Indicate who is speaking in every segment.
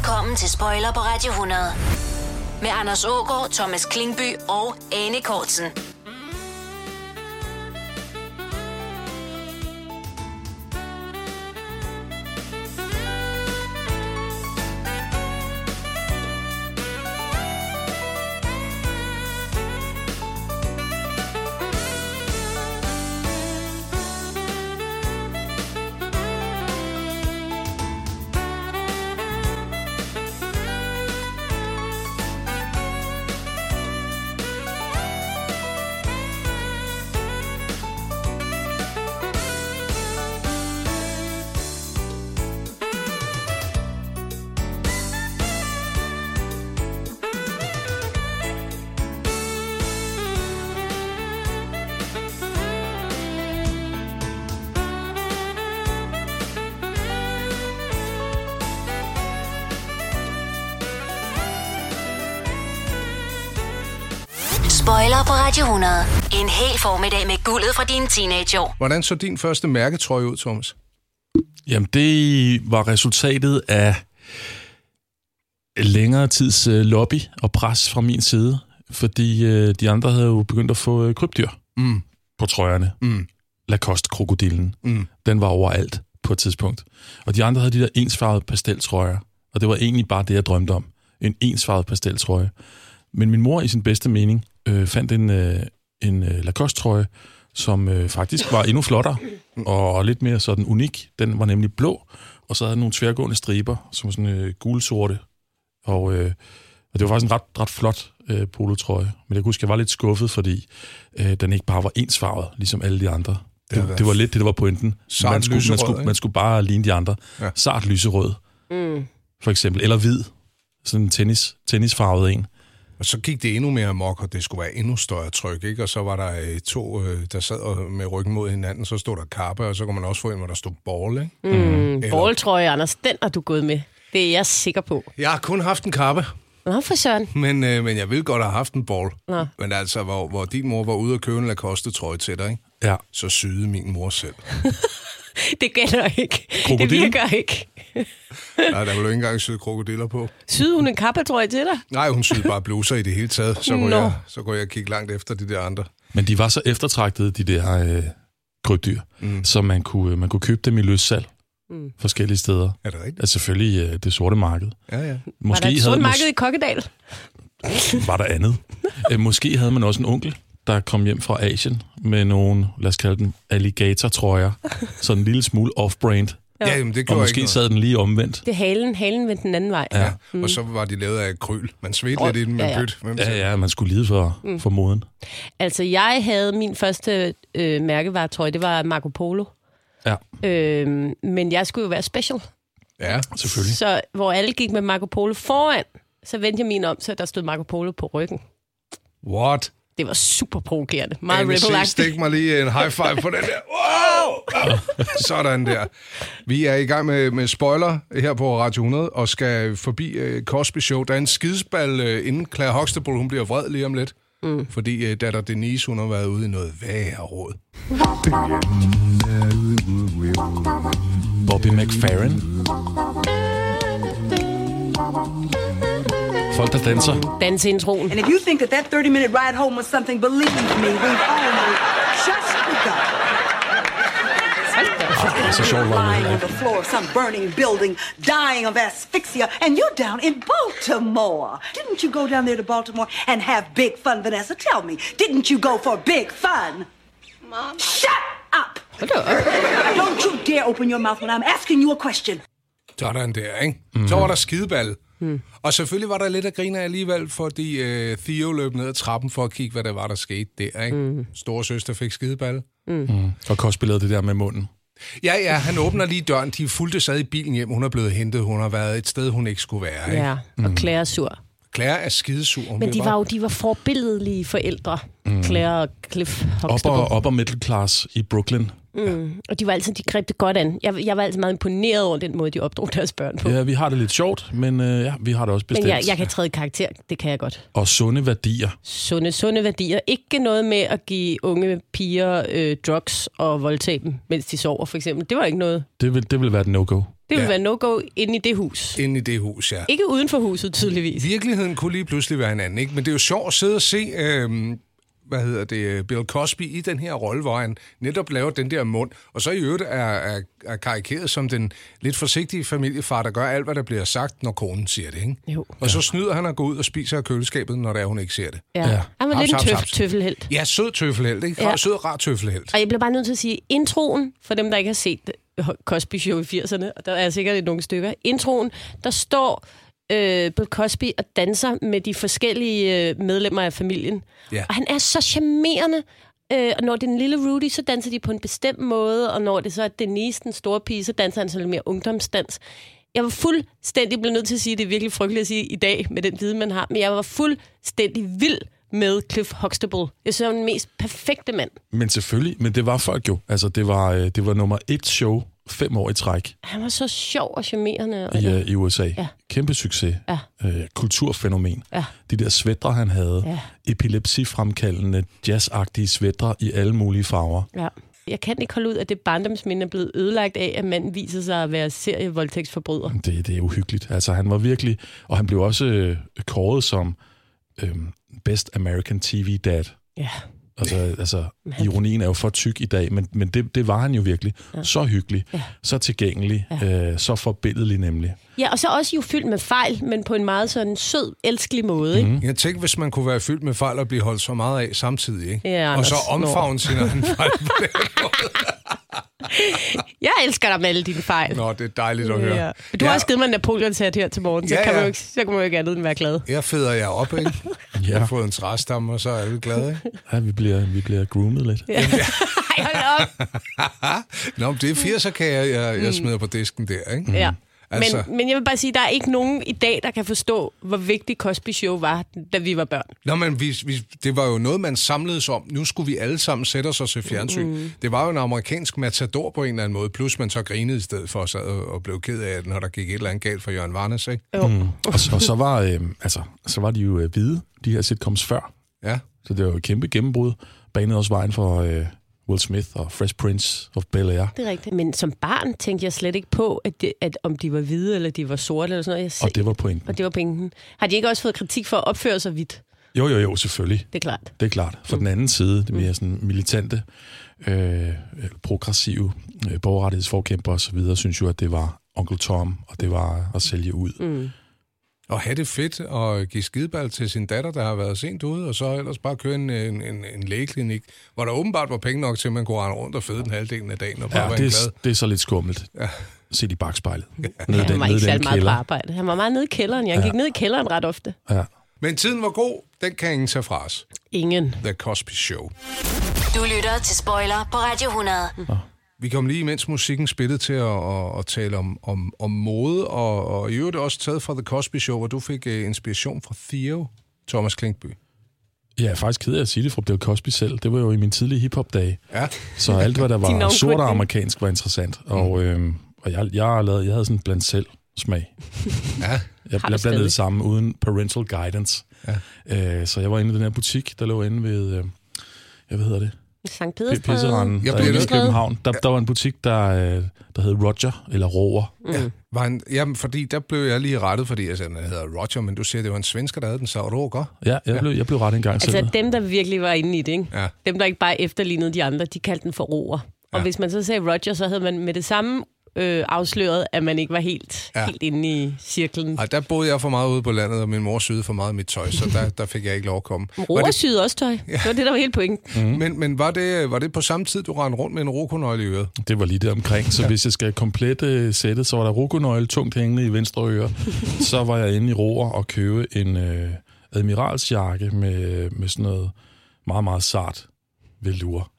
Speaker 1: Velkommen til Spoiler på Radio 100. Med Anders Aagaard, Thomas Klingby og Ane Cortzen. Spoiler på Radio 100. En hel formiddag med guldet fra dine teenageår.
Speaker 2: Hvordan så din første mærketrøje ud, Thomas?
Speaker 3: Jamen, det var resultatet af længere tids lobby og pres fra min side, fordi de andre havde jo begyndt at få krybdyr på trøjerne. Lacoste-krokodillen. Den var overalt på et tidspunkt. Og de andre havde de der ensfarvede pasteltrøjer, og det var egentlig bare det, jeg drømte om. En ensfarvet pasteltrøje. Men min mor i sin bedste mening fandt en Lacoste-trøje, som faktisk var endnu flottere og lidt mere sådan unik. Den var nemlig blå, og så havde den nogle tværgående striber, som var sådan gulsorte. Og det var faktisk en ret flot polotrøje. Men jeg kunne huske, jeg var lidt skuffet, fordi den ikke bare var ensfarvet, ligesom alle de andre. Det var lidt det, der var pointen. Man skulle bare ligne de andre. Ja. Sart lyserød, for eksempel. Eller hvid. Sådan en tennisfarvet en.
Speaker 2: Og så gik det endnu mere amok, og det skulle være endnu større tryk, ikke? Og så var der to, der sad med ryggen mod hinanden, så stod der Kappa, og så kunne man også få en, hvor der stod Ball, ikke?
Speaker 4: Ball-trøje, Anders, den har du gået med. Det er jeg sikker på.
Speaker 2: Jeg har kun haft en Kappa.
Speaker 4: Nå, for søren.
Speaker 2: Men jeg vil godt have haft en Ball. Nå. Men altså, hvor din mor var ude og købe en Lacoste-trøje til dig, ikke?
Speaker 3: Ja.
Speaker 2: Så syede min mor selv.
Speaker 4: Det gælder ikke. Det virker ikke.
Speaker 2: Nej, der var jo ikke engang syet krokodiller på.
Speaker 4: Syede hun en kappatrøje til dig?
Speaker 2: Nej, hun syede bare bluser i det hele taget. Så går jeg kigge langt efter de der andre.
Speaker 3: Men de var så eftertragtede, de der krybdyr, så man kunne købe dem i løssalg forskellige steder.
Speaker 2: Er det rigtigt?
Speaker 3: Altså selvfølgelig det sorte marked.
Speaker 2: Ja.
Speaker 4: Måske var der et sorte marked i Kokkedal?
Speaker 3: Var der andet. Måske havde man også en onkel, der kom hjem fra Asien med nogle, lad os kalde dem, alligator-trøjer. Sådan en lille smule off-brand.
Speaker 2: Ja, jamen, det
Speaker 3: og måske sad den lige omvendt.
Speaker 4: Det er halen vendte den anden vej.
Speaker 2: Ja. Og så var de lavet af akryl. Man svedte lidt i den med pyt.
Speaker 3: Ja, man skulle lide for moden.
Speaker 4: Altså, jeg havde min første mærkevaretrøje, det var Marco Polo.
Speaker 3: Ja.
Speaker 4: Men jeg skulle jo være special.
Speaker 2: Ja, selvfølgelig.
Speaker 4: Så hvor alle gik med Marco Polo foran, så vendte jeg min om, så der stod Marco Polo på ryggen.
Speaker 2: What?
Speaker 4: Det var super provokerende. Meget rebel-agtigt.
Speaker 2: Stik mig lige en high five på den der. Wow! Sådan der. Vi er i gang med spoiler her på Radio 100, og skal forbi Cosby Show. Der er en skidespal inden Claire Huxtable, hun bliver vred lige om lidt. Fordi datter Denise, hun har været ude i noget værre råd.
Speaker 3: Bobby McFerrin. Folk, der danser.
Speaker 4: Danseintroen.
Speaker 5: And if you think that 30-minute ride home was something, believe me, we've only just begun. Lying on the floor of some burning building, dying of asphyxia, and you down in Baltimore. Didn't you go down there to Baltimore and have big fun, Vanessa? Tell me, didn't you go for big fun? Mom. Shut up! Don't you dare open your mouth when I'm asking you a question.
Speaker 2: Sådan der, ikke? Så var der skideball. Og selvfølgelig var der lidt af griner alligevel, fordi Theo løb ned ad trappen for at kigge, hvad der var, der skete der, ikke? Store søster fik skideball.
Speaker 3: Og Cosby lavede det der med munden.
Speaker 2: Ja, han åbner lige døren. De fulgte sad i bilen hjem. Hun er blevet hentet. Hun har været et sted, hun ikke skulle være, ikke?
Speaker 4: Ja, og Claire er sur.
Speaker 2: Claire er skidesur.
Speaker 4: Men de var forbilledelige forældre. Claire og Cliff Huxtable.
Speaker 3: Upper middle class i Brooklyn.
Speaker 4: Og de greb det godt an. Jeg var altid meget imponeret over den måde, de opdrog deres børn på.
Speaker 3: Ja, vi har det lidt sjovt, men vi har det også bestemt.
Speaker 4: Men jeg kan træde karakter, det kan jeg godt.
Speaker 3: Og sunde værdier.
Speaker 4: Sunde værdier. Ikke noget med at give unge piger drugs og voldtage dem, mens de sover, for eksempel. Det var ikke noget.
Speaker 3: Det vil være et no-go.
Speaker 4: Det vil være no-go inde i det hus.
Speaker 2: Inde i det hus, ja.
Speaker 4: Ikke uden for huset, tydeligvis.
Speaker 2: Virkeligheden kunne lige pludselig være en anden, ikke? Men det er jo sjovt at sidde og se... Bill Cosby i den her rolle, hvor han netop laver den der mund, og så i øvrigt er karikeret som den lidt forsigtige familiefar, der gør alt, hvad der bliver sagt, når konen siger det, ikke?
Speaker 4: Jo.
Speaker 2: Og så snyder han at gå ud og spiser af køleskabet, når det er, hun ikke ser det.
Speaker 4: Ja. Han var lidt en tøffelhelt.
Speaker 2: Ja, sød tøffelhelt, ikke? Ja. Sød, rar tøffelhelt.
Speaker 4: Og jeg bliver bare nødt til at sige, introen, for dem, der ikke har set Cosby Show i 80'erne, og der er sikkert nogle stykker, introen, der står... Bill Cosby og danser med de forskellige medlemmer af familien. Yeah. Og han er så charmerende. Og når det er den lille Rudy, så danser de på en bestemt måde, og når det så er Denise, den store pige, så danser han så lidt mere ungdomsdans. Jeg var fuldstændig blevet nødt til at sige, det er virkelig frygteligt at sige i dag, med den viden, man har, men jeg var fuldstændig vild med Cliff Huxtable. Jeg synes, han var den mest perfekte mand. Men
Speaker 3: selvfølgelig, men det var folk jo. Altså, det var nummer 1 show 5 år i træk.
Speaker 4: Han var så sjov og charmerende.
Speaker 3: I USA. Ja. Kæmpe succes. Ja. Kulturfænomen. Ja. De der sweatre, han havde. Ja. Epilepsifremkaldende, jazzagtige sweatre i alle mulige farver. Ja.
Speaker 4: Jeg kan ikke holde ud, at det barndomsminde er blevet ødelagt af, at manden viser sig at være serievoldtægtsforbryder.
Speaker 3: Det er uhyggeligt. Altså, han var virkelig... Og han blev også kåret som Best American TV Dad. Ja. Altså ironien er jo for tyk i dag, men det var han jo virkelig. Ja. Så hyggelig, så tilgængelig, så forbilledelig nemlig.
Speaker 4: Ja, og så også jo fyldt med fejl, men på en meget sådan sød, elskelig måde. Ikke?
Speaker 2: Jeg tænker, hvis man kunne være fyldt med fejl og blive holdt så meget af samtidig, ikke? Ja, og så omfavne sin egen fejl på den måde.
Speaker 4: Jeg elsker dig med alle dine fejl.
Speaker 2: Nå, det er dejligt at høre.
Speaker 4: Ja. Du har også givet mig en Napoleon-sat her til morgen, så kan man jo ikke andet end være glad.
Speaker 2: Jeg feder jer op, ikke? Jeg har fået en træstamme, og så er vi glade, ikke?
Speaker 3: Ja, vi bliver groomet lidt.
Speaker 4: Ja. Hold op.
Speaker 2: Nå, det er 80'er kager, jeg smider på disken der, ikke?
Speaker 4: Ja. Altså. Men jeg vil bare sige, der er ikke nogen i dag, der kan forstå, hvor vigtig Cosby Show var, da vi var børn.
Speaker 2: Nå, men det var jo noget, man samledes om. Nu skulle vi alle sammen sætte os og se fjernsyn. Det var jo en amerikansk matador på en eller anden måde, plus man så grinede i stedet for sig og blev ked af, når der gik et eller andet galt for Jørgen Varnes, ikke?
Speaker 3: Og så var de jo hvide, de her sitcoms før. Ja. Så det var jo et kæmpe gennembrud. Banede også vejen for... Will Smith og Fresh Prince of Bel-Air.
Speaker 4: Det er rigtigt. Men som barn tænkte jeg slet ikke på, at om de var hvide eller de var sorte eller sådan noget.
Speaker 3: Og det var pointen.
Speaker 4: Og det var pointen. Har de ikke også fået kritik for at opføre sig hvidt?
Speaker 3: Jo, selvfølgelig.
Speaker 4: Det er klart.
Speaker 3: Det er klart. For den anden side, det mere sådan militante, progressive borgerrettighedsforkæmper og så videre, synes jo, at det var Onkel Tom, og det var at sælge ud.
Speaker 2: Og have det fedt og give skideball til sin datter, der har været sent ude, og så ellers bare køre en lægeklinik, hvor der åbenbart var penge nok til, at man kunne rende rundt og føde den halvdelen af dagen og bare være glad.
Speaker 3: Det er så lidt skummelt. Ja. Se i bagspejlet.
Speaker 4: Ja. Han var ikke særlig meget på arbejde. Han var meget nede i kælderen. Jeg gik ned i kælderen ret ofte.
Speaker 2: Ja. Men tiden var god. Den kan ingen tage fra os.
Speaker 4: Ingen.
Speaker 2: The Cosby Show.
Speaker 1: Du lytter til Spoiler på Radio 100.
Speaker 2: Vi kom lige, mens musikken spillede, til at tale om mode, og i øvrigt også taget fra The Cosby Show, hvor du fik inspiration fra Theo, Thomas Klinkby.
Speaker 3: Ja, jeg er faktisk ked af at sige det fra Bill Cosby selv. Det var jo i min tidlige hiphop-dage. Ja. Så alt, hvad der var sort og amerikansk, var interessant. Og jeg havde sådan en blandt selv smag. Ja. Jeg blandede det sammen uden parental guidance. Ja. Så jeg var inde i den her butik, der lå inde ved... hvad hedder det?
Speaker 4: Sankt Pedersstræde.
Speaker 3: I København. Der var en butik, der hed Roger, eller Roger.
Speaker 2: Jamen, fordi der blev jeg lige rettet, fordi jeg hedder Roger, men du siger, det var en svensker, der havde den, så Roger.
Speaker 3: Ja, jeg blev rettet en gang selv.
Speaker 4: Altså dem, der virkelig var inde i det, ikke? Ja. Dem, der ikke bare efterlignede de andre, de kaldte den for Roger. Og hvis man så sagde Roger, så havde man med det samme afsløret, at man ikke var helt inde i cirklen.
Speaker 2: Nej, der boede jeg for meget ude på landet, og min mor syede for meget af mit tøj, så der fik jeg ikke lov at komme.
Speaker 4: Roger syede også tøj. Ja. Det var det, der var helt pointen.
Speaker 2: Men var det på samme tid, du rendte rundt med en rokonøgle i øret?
Speaker 3: Det var lige der omkring, så hvis jeg skal komplet sættet, så var der rokonøgle tungt hængende i venstre øre. Så var jeg inde i Roger og købe en admiralsjakke med sådan noget meget, meget sart velur,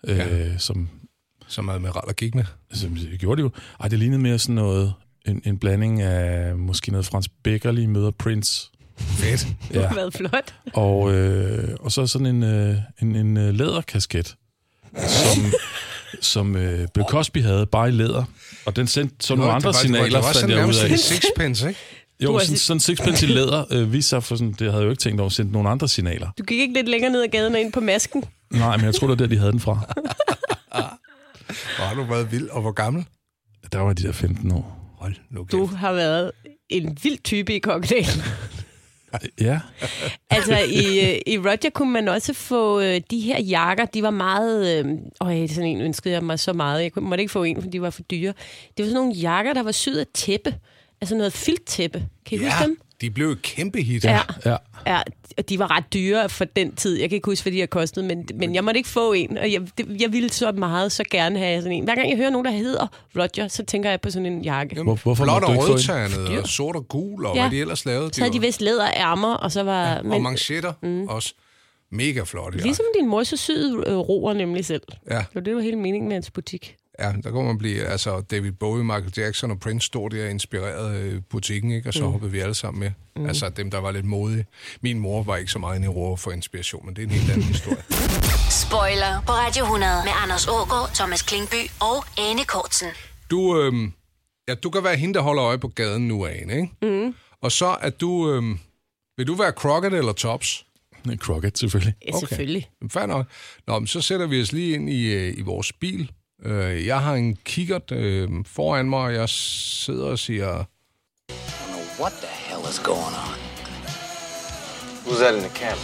Speaker 2: som admiraler gik med?
Speaker 3: Det gjorde det jo. Ej, det lignede mere sådan noget, en blanding af måske noget Frans Beckerli møder Prince.
Speaker 2: Fedt.
Speaker 4: Det har været flot.
Speaker 3: Og så sådan en læderkasket, som Bill Cosby havde, bare i læder. Og den sendte så nogle andre signaler, fandt jeg ud af.
Speaker 2: Det var sixpence, ikke?
Speaker 3: Jo, sådan sixpence i læder viste sig for sådan, det havde jeg jo ikke tænkt over, sendt nogle andre signaler.
Speaker 4: Du gik ikke lidt længere ned ad gaden og ind på masken?
Speaker 3: Nej, men jeg tror, det var der, de havde den fra.
Speaker 2: Hvor har du været vild, og hvor gammel?
Speaker 3: Der var de der 15 år.
Speaker 2: Hold nu kæft.
Speaker 4: Du har været en vild type i Kokkedal.
Speaker 3: Ja.
Speaker 4: Altså, i Roger kunne man også få de her jakker, de var meget... sådan en ønskede jeg mig så meget. Jeg måtte ikke få en, for de var for dyre. Det var sådan nogle jakker, der var syet af tæppe. Altså noget filttæppe. Kan I huske dem?
Speaker 2: De blev et kæmpe hit.
Speaker 4: Ja, og de var ret dyre for den tid. Jeg kan ikke huske, hvad de har kostet, men jeg måtte ikke få en. Og jeg ville så gerne have sådan en. Hver gang jeg hører nogen, der hedder Roger, så tænker jeg på sådan en jakke.
Speaker 3: Hvorfor
Speaker 2: blot og
Speaker 3: rødternet,
Speaker 2: og sort og gul, og hvad de ellers lavede.
Speaker 4: Så havde de vist læderærmer, og så var...
Speaker 2: Ja, og manchetter også. Mega flot.
Speaker 4: Ligesom din mor så syede roer nemlig selv.
Speaker 2: Ja.
Speaker 4: Det var hele meningen med hans butik.
Speaker 2: Ja, der kunne man blive, altså David Bowie, Michael Jackson og Prince stod der og inspirerede butikken, ikke? Og så hoppede vi alle sammen med. Altså dem, der var lidt modige. Min mor var ikke så meget inde i roer for inspiration, men det er en helt anden historie.
Speaker 1: Spoiler på Radio 100 med Anders Aagaard, Thomas Klingby og Ane Kortsen.
Speaker 2: Du kan være hende, der holder øje på gaden nu, Ane, ikke? Mm. Og så er du... vil du være Crockett eller Tops?
Speaker 3: Crockett, selvfølgelig.
Speaker 4: Ja, selvfølgelig.
Speaker 2: Okay. Fair nok. Nå, men så sætter vi os lige ind i vores bil. Jeg har en kikkert foran mig, og jeg sidder og siger... I don't know what the hell is going on.
Speaker 6: Who's that in the cabin?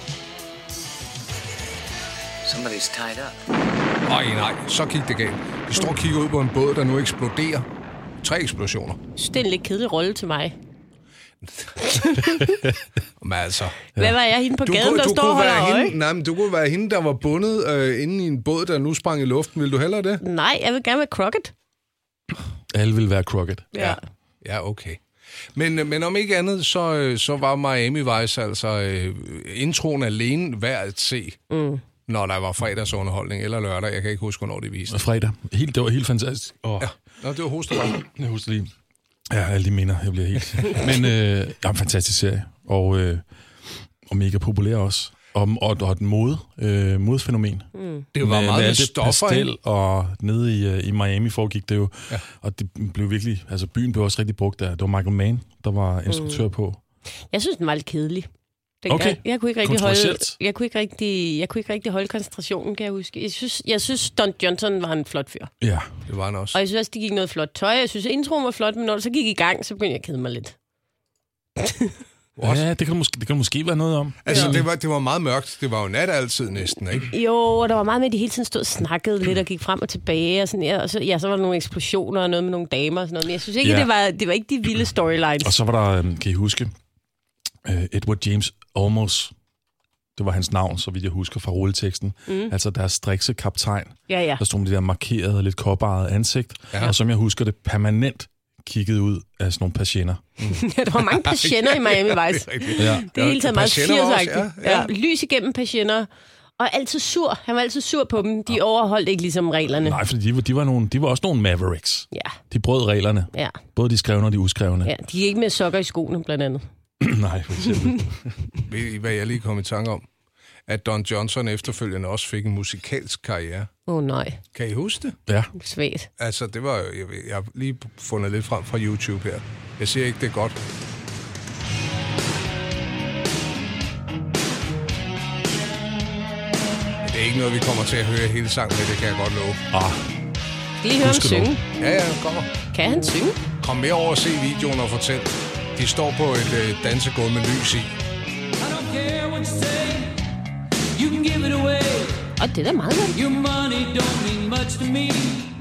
Speaker 6: Somebody's tied up.
Speaker 2: Nej, så gik det galt. De står og kigger ud på en båd, der nu eksploderer. 3 eksplosioner.
Speaker 4: Det er en lidt kedelig rolle til mig.
Speaker 2: Men altså...
Speaker 4: Hvad var jeg hende på gaden, der står og holder øje?
Speaker 2: Nej, men du kunne være hende, der var bundet inde i en båd, der nu sprang i luften. Vil du hellere det?
Speaker 4: Nej, jeg vil gerne være Crockett.
Speaker 3: Alle vil være Crockett.
Speaker 2: Ja, okay. Men om ikke andet, så var Miami Vice altså introen alene værd at se, når der var fredagsunderholdning eller lørdag. Jeg kan ikke huske, hvornår det viste.
Speaker 3: Fredag. Det var helt fantastisk.
Speaker 2: Ja. Nå, det var hostervej.
Speaker 3: Jeg husker lige. Ja, alle de minder. Jeg bliver helt... Men det er en fantastisk serie. Og mega populær også. Og et modefænomen.
Speaker 2: Det var meget med stoffer,
Speaker 3: pastel, og nede i Miami foregik det jo. Ja. Og det blev virkelig... Altså, byen blev også rigtig brugt der. Det var Michael Mann, der var instruktør på.
Speaker 4: Jeg synes, den var lidt kedelig.
Speaker 3: Okay.
Speaker 4: Jeg kunne ikke rigtig holde koncentrationen, kan jeg huske. Jeg synes Don Johnson var en flot fyr.
Speaker 2: Ja, det var han også.
Speaker 4: Og jeg synes også, de gik noget flot tøj. Jeg synes, introen var flot, men når det så gik i gang, så begyndte jeg at kede mig lidt.
Speaker 3: Ja, det kan måske være noget om.
Speaker 2: Altså, det var meget mørkt. Det var jo nat altid næsten, ikke?
Speaker 4: Jo, og der var meget med, at de hele tiden stod og snakkede lidt og gik frem og tilbage. Og sådan, så var der nogle eksplosioner og noget med nogle damer og sådan noget. Men jeg synes ikke, det var ikke de vilde storylines.
Speaker 3: Og så var der, kan I huske, Edward James Olmos. Det var hans navn, så vidt jeg husker fra rulleteksten. Altså deres strikse kaptajn.
Speaker 4: Ja.
Speaker 3: Der stod med det der markerede, lidt kopparede ansigt. Ja. Og som jeg husker det, permanent kiggede ud af sådan nogle patienter.
Speaker 4: Ja, der var mange patienter i Miami Vice. Det er hele taget meget 80'er-agtigt. Ja. Lys igennem patienter. Og altid sur. Han var altid sur på dem. De overholdt ikke ligesom reglerne.
Speaker 3: Nej, for de var også nogle mavericks.
Speaker 4: Ja.
Speaker 3: De brød reglerne.
Speaker 4: Ja.
Speaker 3: Både de skrevne og de uskrevne.
Speaker 4: Ja, de er ikke med sokker i skoene, blandt andet.
Speaker 3: Nej, for eksempel.
Speaker 2: Ved I, hvad jeg lige kom i tanke om? At Don Johnson efterfølgende også fik en musikalsk karriere.
Speaker 4: Nej.
Speaker 2: Kan I huske det?
Speaker 3: Ja.
Speaker 4: Svagt.
Speaker 2: Altså, det var jeg har lige fundet lidt frem fra YouTube her. Jeg siger ikke, det er godt. Det er ikke noget, vi kommer til at høre hele sangen med, det kan jeg godt love.
Speaker 4: Skal I høre ham synge?
Speaker 2: Ja, kommer.
Speaker 4: Kan han synge?
Speaker 2: Kom med over og se videoen og fortæl. De står på et dansegulv med lys i.
Speaker 4: Og det er da meget godt.
Speaker 7: Your money don't mean much to me.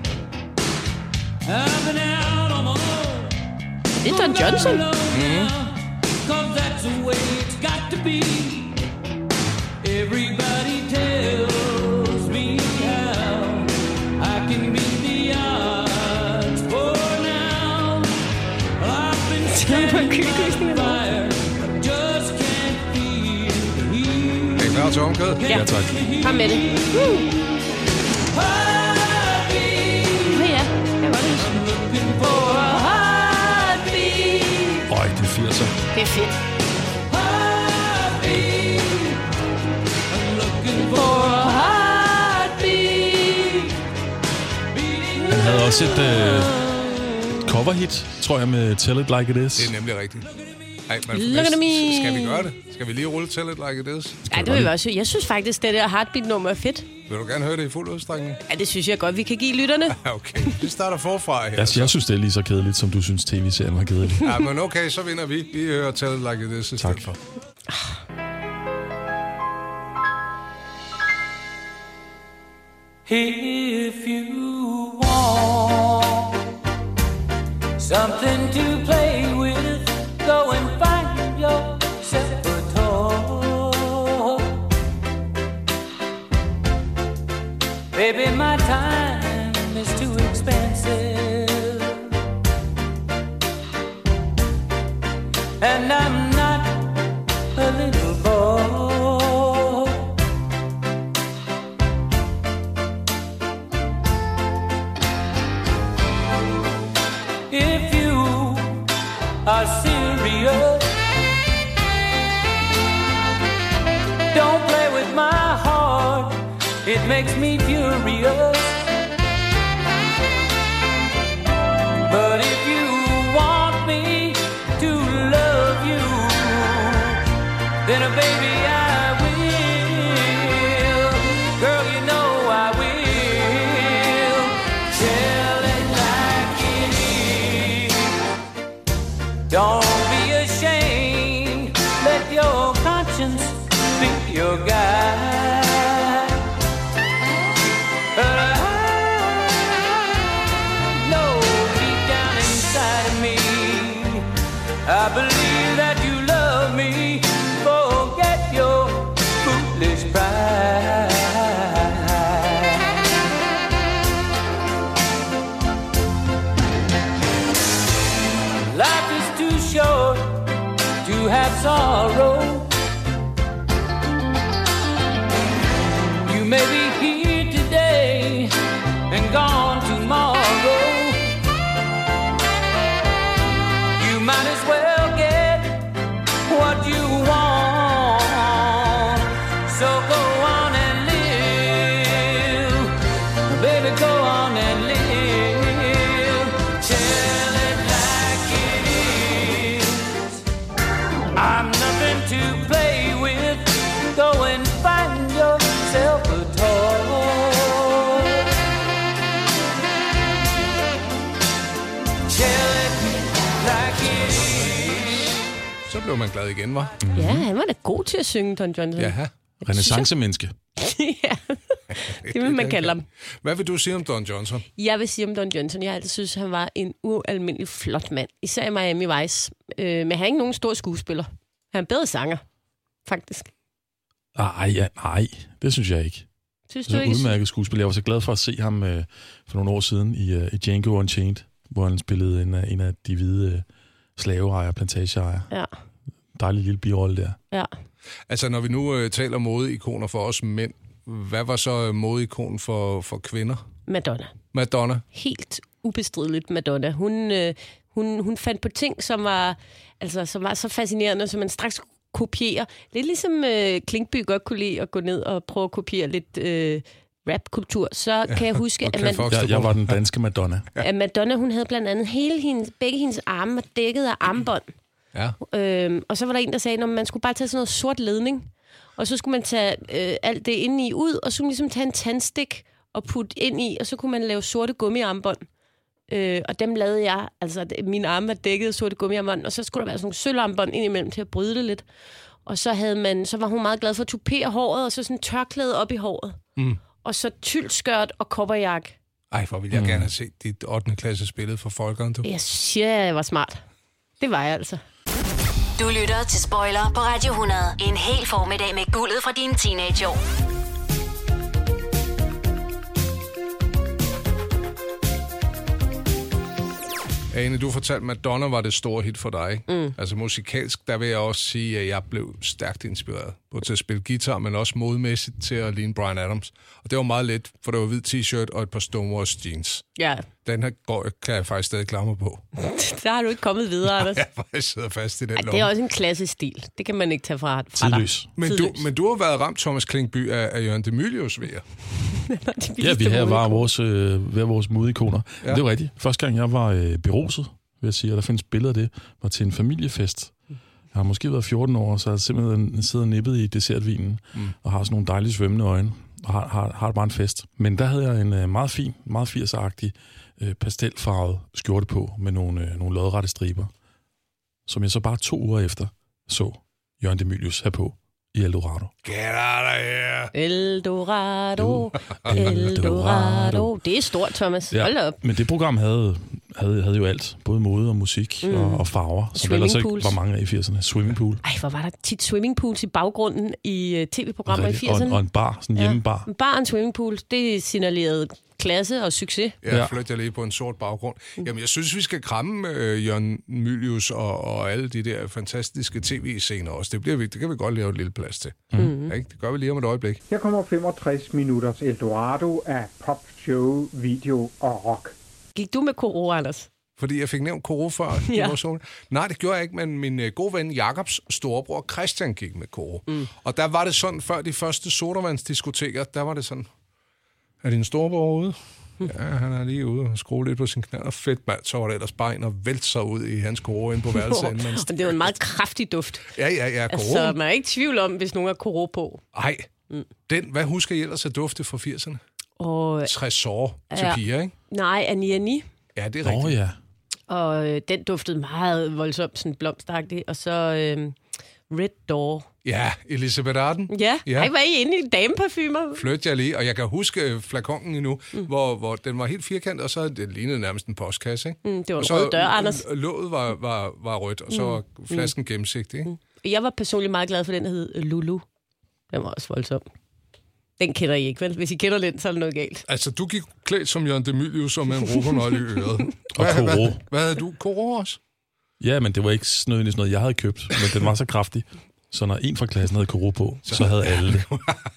Speaker 7: I've been out on my own.
Speaker 4: Det er Don Johnson.
Speaker 7: Cause that's the way it's got to be. Everybody tells me how I can beat the odds for now. I've been standing by fire. Just can't feel the heat.
Speaker 2: Er I klar til omkødet?
Speaker 3: Ja, tak.
Speaker 4: Kom med det. Ja, jeg var det.
Speaker 3: Det er 80'er.
Speaker 4: Det er fedt.
Speaker 3: havde også et coverhit, tror jeg, med Tell It Like It Is.
Speaker 2: Det er nemlig rigtigt. Ej, men
Speaker 4: Look at me.
Speaker 2: skal vi gøre det? Skal vi lige rulle Tell It Like It Is?
Speaker 4: Ja, det vil jeg også. Jeg synes faktisk, det der Heartbeat-nummer er fedt.
Speaker 2: Vil du gerne høre det i fuld udstrækning?
Speaker 4: Ja, det synes jeg godt, vi kan give lytterne.
Speaker 2: Okay, vi starter forfra her.
Speaker 3: Jeg synes, det er lige så kedeligt, som du synes, tv-serien var kedelig.
Speaker 2: Ja, men okay, så vinder vi. Vi hører Tell It Like It Is.
Speaker 3: Tak for.
Speaker 7: If you want something to play with, go and find yourself a toy. Baby, my time is too expensive, and I'm not a little boy. If you are serious, don't play with my heart, it makes me furious. But if you want me to love you, then baby I will. Girl, you know I will. Tell it like it is. Don't be ashamed. Let your conscience be your guide. But I know deep down inside of me, I believe that you love me. Forget your foolish pride. Life is too short to have sorrow. You may be here today and gone tomorrow. You might as well get what you want. So go on and live, baby, go on and live. Tell it like it is. I'm nothing to play with. Go and find yourself a toy. Tell it like it is.
Speaker 2: Så blev man glad igen, var?
Speaker 4: Ja, han var da god til at synge, Don Johnson.
Speaker 2: Ja.
Speaker 3: Renaissance-menneske.
Speaker 4: Ja, det vil man kalde ham.
Speaker 2: Hvad vil du sige om Don Johnson?
Speaker 4: Jeg vil sige om Don Johnson, jeg altid synes, han var en ualmindelig flot mand. Især i Miami Vice. Men han er ikke nogen stor skuespiller. Han er en bedre sanger, faktisk.
Speaker 3: Nej, det synes jeg ikke.
Speaker 4: Synes
Speaker 3: Det
Speaker 4: du
Speaker 3: er en
Speaker 4: ikke?
Speaker 3: udmærket skuespiller. Jeg var så glad for at se ham for nogle år siden i Django Unchained, hvor han spillede en af de hvide slaveejere, plantageejere.
Speaker 4: Ja.
Speaker 3: Dejlig lille birolle der.
Speaker 4: Ja.
Speaker 2: Altså, når vi nu taler modeikoner for os mænd, hvad var så modeikon for kvinder?
Speaker 4: Madonna.
Speaker 2: Madonna.
Speaker 4: Helt ubestrideligt Madonna. Hun fandt på ting, som var så fascinerende, som man straks kunne kopiere. Lidt ligesom Klinkby godt kunne lide at gå ned og prøve at kopiere lidt rapkultur. Så kan jeg huske,
Speaker 3: Jeg var den danske Madonna.
Speaker 4: at Madonna, hun havde blandt andet begge hendes arme var dækket af armbånd.
Speaker 2: Ja.
Speaker 4: Og så var der en, der sagde, at man skulle bare tage sådan noget sort ledning, og så skulle man tage alt det indeni ud, og så skulle man ligesom tage en tandstik og putte ind i, og så kunne man lave sorte gummiarmbånd. Og dem lavede jeg, altså mine arme var dækket af sorte gummiarmbånd, og så skulle der være sådan nogle sølvarmbånd indimellem til at bryde det lidt. Og så var hun meget glad for at tupere håret, og så sådan tørklæde op i håret. Og så tyldskørt og kopperjakke.
Speaker 2: Ej, hvor ville jeg gerne have set dit 8. klasses billede for folkeren, du.
Speaker 4: Jeg siger, jeg var smart. Det var jeg altså.
Speaker 1: Du lytter til Spoiler på Radio 100. En hel formiddag med guldet fra dine teenageår.
Speaker 2: Ane, du fortalte, Madonna var det store hit for dig. Altså musikalsk, der vil jeg også sige, at jeg blev stærkt inspireret. både til at spille guitar, men også modmæssigt til at ligne Bryan Adams. Og det var meget let, for det var hvid t-shirt og et par Stonewalls jeans.
Speaker 4: Ja.
Speaker 2: Den her kan jeg faktisk stadig klare mig på.
Speaker 4: Der har du ikke kommet videre, Anders.
Speaker 2: Jeg sidder fast i den
Speaker 4: Det er også en klassisk stil. Det kan man ikke tage fra
Speaker 3: Tidløs.
Speaker 4: dig.
Speaker 2: Men du har været ramt, Thomas Klingby, af Jørgen de Mylius, ved jeg.
Speaker 3: Ja, vi her var vores modeikoner. Ja. Det var rigtigt. Første gang, jeg var beruset, vil jeg sige, og der findes billeder af det, var til en familiefest. Jeg har måske været 14 år, så jeg simpelthen siddet og nippet i dessertvinen, og har sådan nogle dejlige svømmende øjne, og har det bare en fest. Men der havde jeg en meget fin, meget 80'er-agtig pastelfarvet skjorte på, med nogle lodrette striber, som jeg så bare 2 uger efter så Jørgen de Mylius have på i Eldorado.
Speaker 2: Get out of here!
Speaker 4: Eldorado, Eldorado. Det er stort, Thomas.
Speaker 3: Ja,
Speaker 4: hold op.
Speaker 3: men det program havde jo alt. Både mode og musik og farver, som der ellers ikke var mange af i 80'erne. Swimmingpool.
Speaker 4: Ej, hvor var der tit swimmingpools i baggrunden i tv-programmer i 80'erne.
Speaker 3: Og en bar, sådan en hjemmebar.
Speaker 4: En bar og en swimmingpool, det signalerede klasse og succes.
Speaker 2: Ja, flytter jeg lige på en sort baggrund. Jamen, jeg synes, vi skal kramme Jørgen Mylius og alle de der fantastiske tv-scener også. Det kan vi godt lave et lille plads til. Ikke? Det gør vi lige om et øjeblik.
Speaker 8: Her kommer 65 minutters Eldorado af pop, show, video og rock.
Speaker 4: Gik du med Koro, Anders?
Speaker 2: Fordi jeg fik nævnt Koro før.
Speaker 4: Ja.
Speaker 2: Nej, det gjorde jeg ikke, men min gode ven Jakobs storebror Christian gik med Koro. Og der var det sådan, før de første sodavandsdiskoteker, der var det sådan, er din storebror ude? Ja, han er lige ude og skrue lidt på sin knald, og fedt mand, så var det ellers bare ind og vælte sig ud i hans Koro inde på værelset.
Speaker 4: Det er jo en meget kraftig duft.
Speaker 2: Ja, Koro.
Speaker 4: Altså, man er ikke i tvivl om, hvis nogen har Koro på.
Speaker 2: Nej, hvad husker I ellers at dufte fra 80'erne?
Speaker 4: Og
Speaker 2: Tresor til piger, ikke?
Speaker 4: Nej, Annie.
Speaker 2: Ja, det er rigtigt.
Speaker 3: Ja.
Speaker 4: Og den duftede meget voldsomt, sådan blomstagtigt. Og så Red Door.
Speaker 2: Ja, Elisabeth Arden.
Speaker 4: Ja. Ej, var I inde i dameparfumer?
Speaker 2: Flyttede jeg lige, og jeg kan huske flakongen endnu, hvor den var helt firkantet, og så det lignede nærmest en postkasse, ikke?
Speaker 4: Det var en rød dør, Anders.
Speaker 2: Låget var rødt, og så var flasken gennemsigtig, ikke?
Speaker 4: Jeg var personligt meget glad for den, der hed Lulu. Den var også voldsom. Den kender I ikke, vel? Hvis I kender den, så er det noget galt.
Speaker 2: Altså, du gik klædt som Jørgen de Mylius og med en rokonøgle i øret.
Speaker 3: Og Koro.
Speaker 2: Hvad havde du? Koro også?
Speaker 3: Ja, men det var ikke sådan noget, jeg havde købt, men den var så kraftig. Så når en fra klassen havde Koro på, så havde alle det.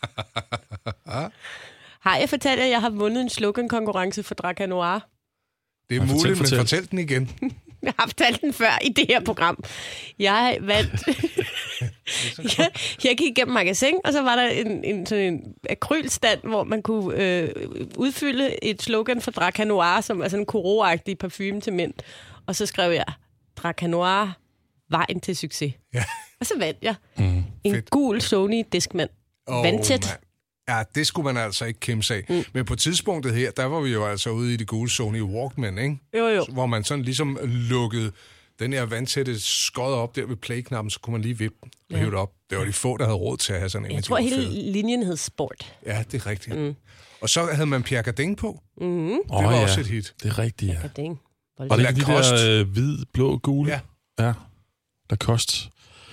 Speaker 4: Har jeg fortalt jer, at jeg har vundet en slogan-konkurrence for Draca Noir?
Speaker 2: Det er muligt, men fortæl den igen.
Speaker 4: Jeg har fortalt den før i det her program. Jeg vandt... jeg gik igennem magasin, og så var der en akrylstand, hvor man kunne udfylde et slogan for Draca Noir, som er sådan en Koro-agtig parfume til mænd. Og så skrev jeg, Draca Noir, vejen til succes. Ja. Og så vandt jeg en gul Sony Discman. Vandtæt.
Speaker 2: Ja, det skulle man altså ikke kæmpe af. Men på tidspunktet her, der var vi jo altså ude i det gule Sony Walkman, ikke?
Speaker 4: Jo.
Speaker 2: Hvor man sådan ligesom lukkede den her vandtætte skod op der ved play-knappen, så kunne man lige vippe og hive det op. Det var de få, der havde råd til at have sådan en.
Speaker 4: Jeg tror, hele linjen hed Sport.
Speaker 2: Ja, det er rigtigt. Og så havde man Pierre Cardin på. Det var også et hit.
Speaker 3: Det er rigtigt, ja.
Speaker 4: Cardin.
Speaker 3: Og det er de der hvid, blå, gule? Ja. Lacoste.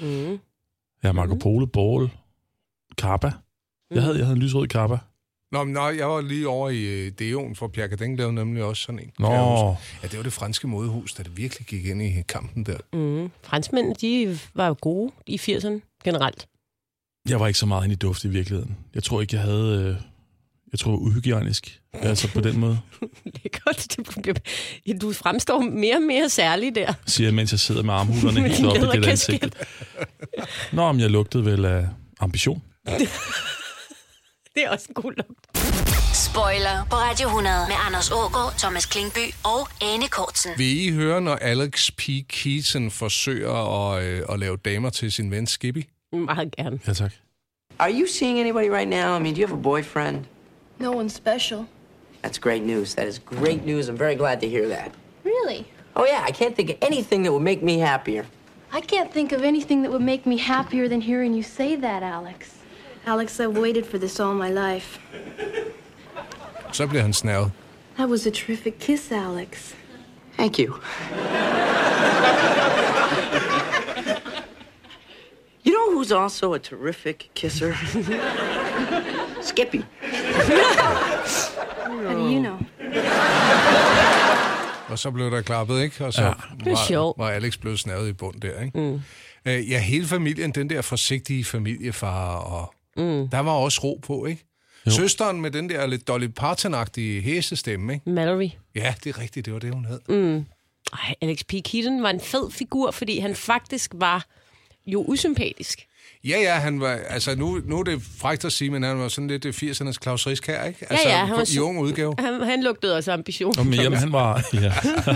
Speaker 3: Ja, Marco Polo, Ball, Kappa. Jeg havde en lysrød Kappa.
Speaker 2: Nå, jeg var lige over i Deon, for Pierre Cardin lavede nemlig også sådan en.
Speaker 3: Nå.
Speaker 2: Ja, det var det franske modehus, der det virkelig gik ind i kampen der.
Speaker 4: Franskmændene, de var jo gode i 80'erne generelt.
Speaker 3: Jeg var ikke så meget inde i duft i virkeligheden. Jeg tror ikke, jeg havde... Jeg tror, uhygienisk. Altså på den måde.
Speaker 4: Lækkert. Du fremstår mere og mere særlig der.
Speaker 3: Siger jeg, mens jeg sidder med armhulerne helt op i det der ansigt. Nå, men jeg lugtede vel af ambition.
Speaker 4: Det er også en god lugt.
Speaker 1: Spoiler på Radio 100 med Anders Aagaard, Thomas Klingby og Ane Kortsen.
Speaker 2: Vil I høre, når Alex P. Keaton forsøger at lave damer til sin ven Skippy?
Speaker 4: Meget gerne.
Speaker 3: Ja, tak.
Speaker 9: Are you seeing anybody right now? I mean, do you have a boyfriend?
Speaker 10: No one special.
Speaker 9: That's great news. That is great news. I'm very glad to hear that.
Speaker 10: Really?
Speaker 9: Oh, yeah. I can't think of anything that would make me happier.
Speaker 10: I can't think of anything that would make me happier than hearing you say that, Alex. Alex, I've waited for this all my life.
Speaker 2: Så bliver han snærvet.
Speaker 10: That was a terrific kiss, Alex.
Speaker 9: Thank you. You know who's also a terrific kisser? Skippy.
Speaker 10: How do you know?
Speaker 2: og så blev der klappet, ikke? Og så var Alex blevet snavet i bund der, ikke? Ja, hele familien, den der forsigtige familiefar, og der var også ro på, ikke? Jo. Søsteren med den der lidt Dolly Parton-agtige hæsestemme, ikke?
Speaker 4: Mallory.
Speaker 2: Ja, det er rigtigt, det var det, hun hed.
Speaker 4: Alex P. Keaton var en fed figur, fordi han faktisk var jo usympatisk.
Speaker 2: Ja, han var, altså nu er det frækt at sige, men han var sådan lidt 80'ernes Klaus Riskær, ikke? Altså,
Speaker 4: ja, han var
Speaker 2: i ung udgave.
Speaker 4: Han lugtede også ambition.
Speaker 3: Jamen, han var... Ja.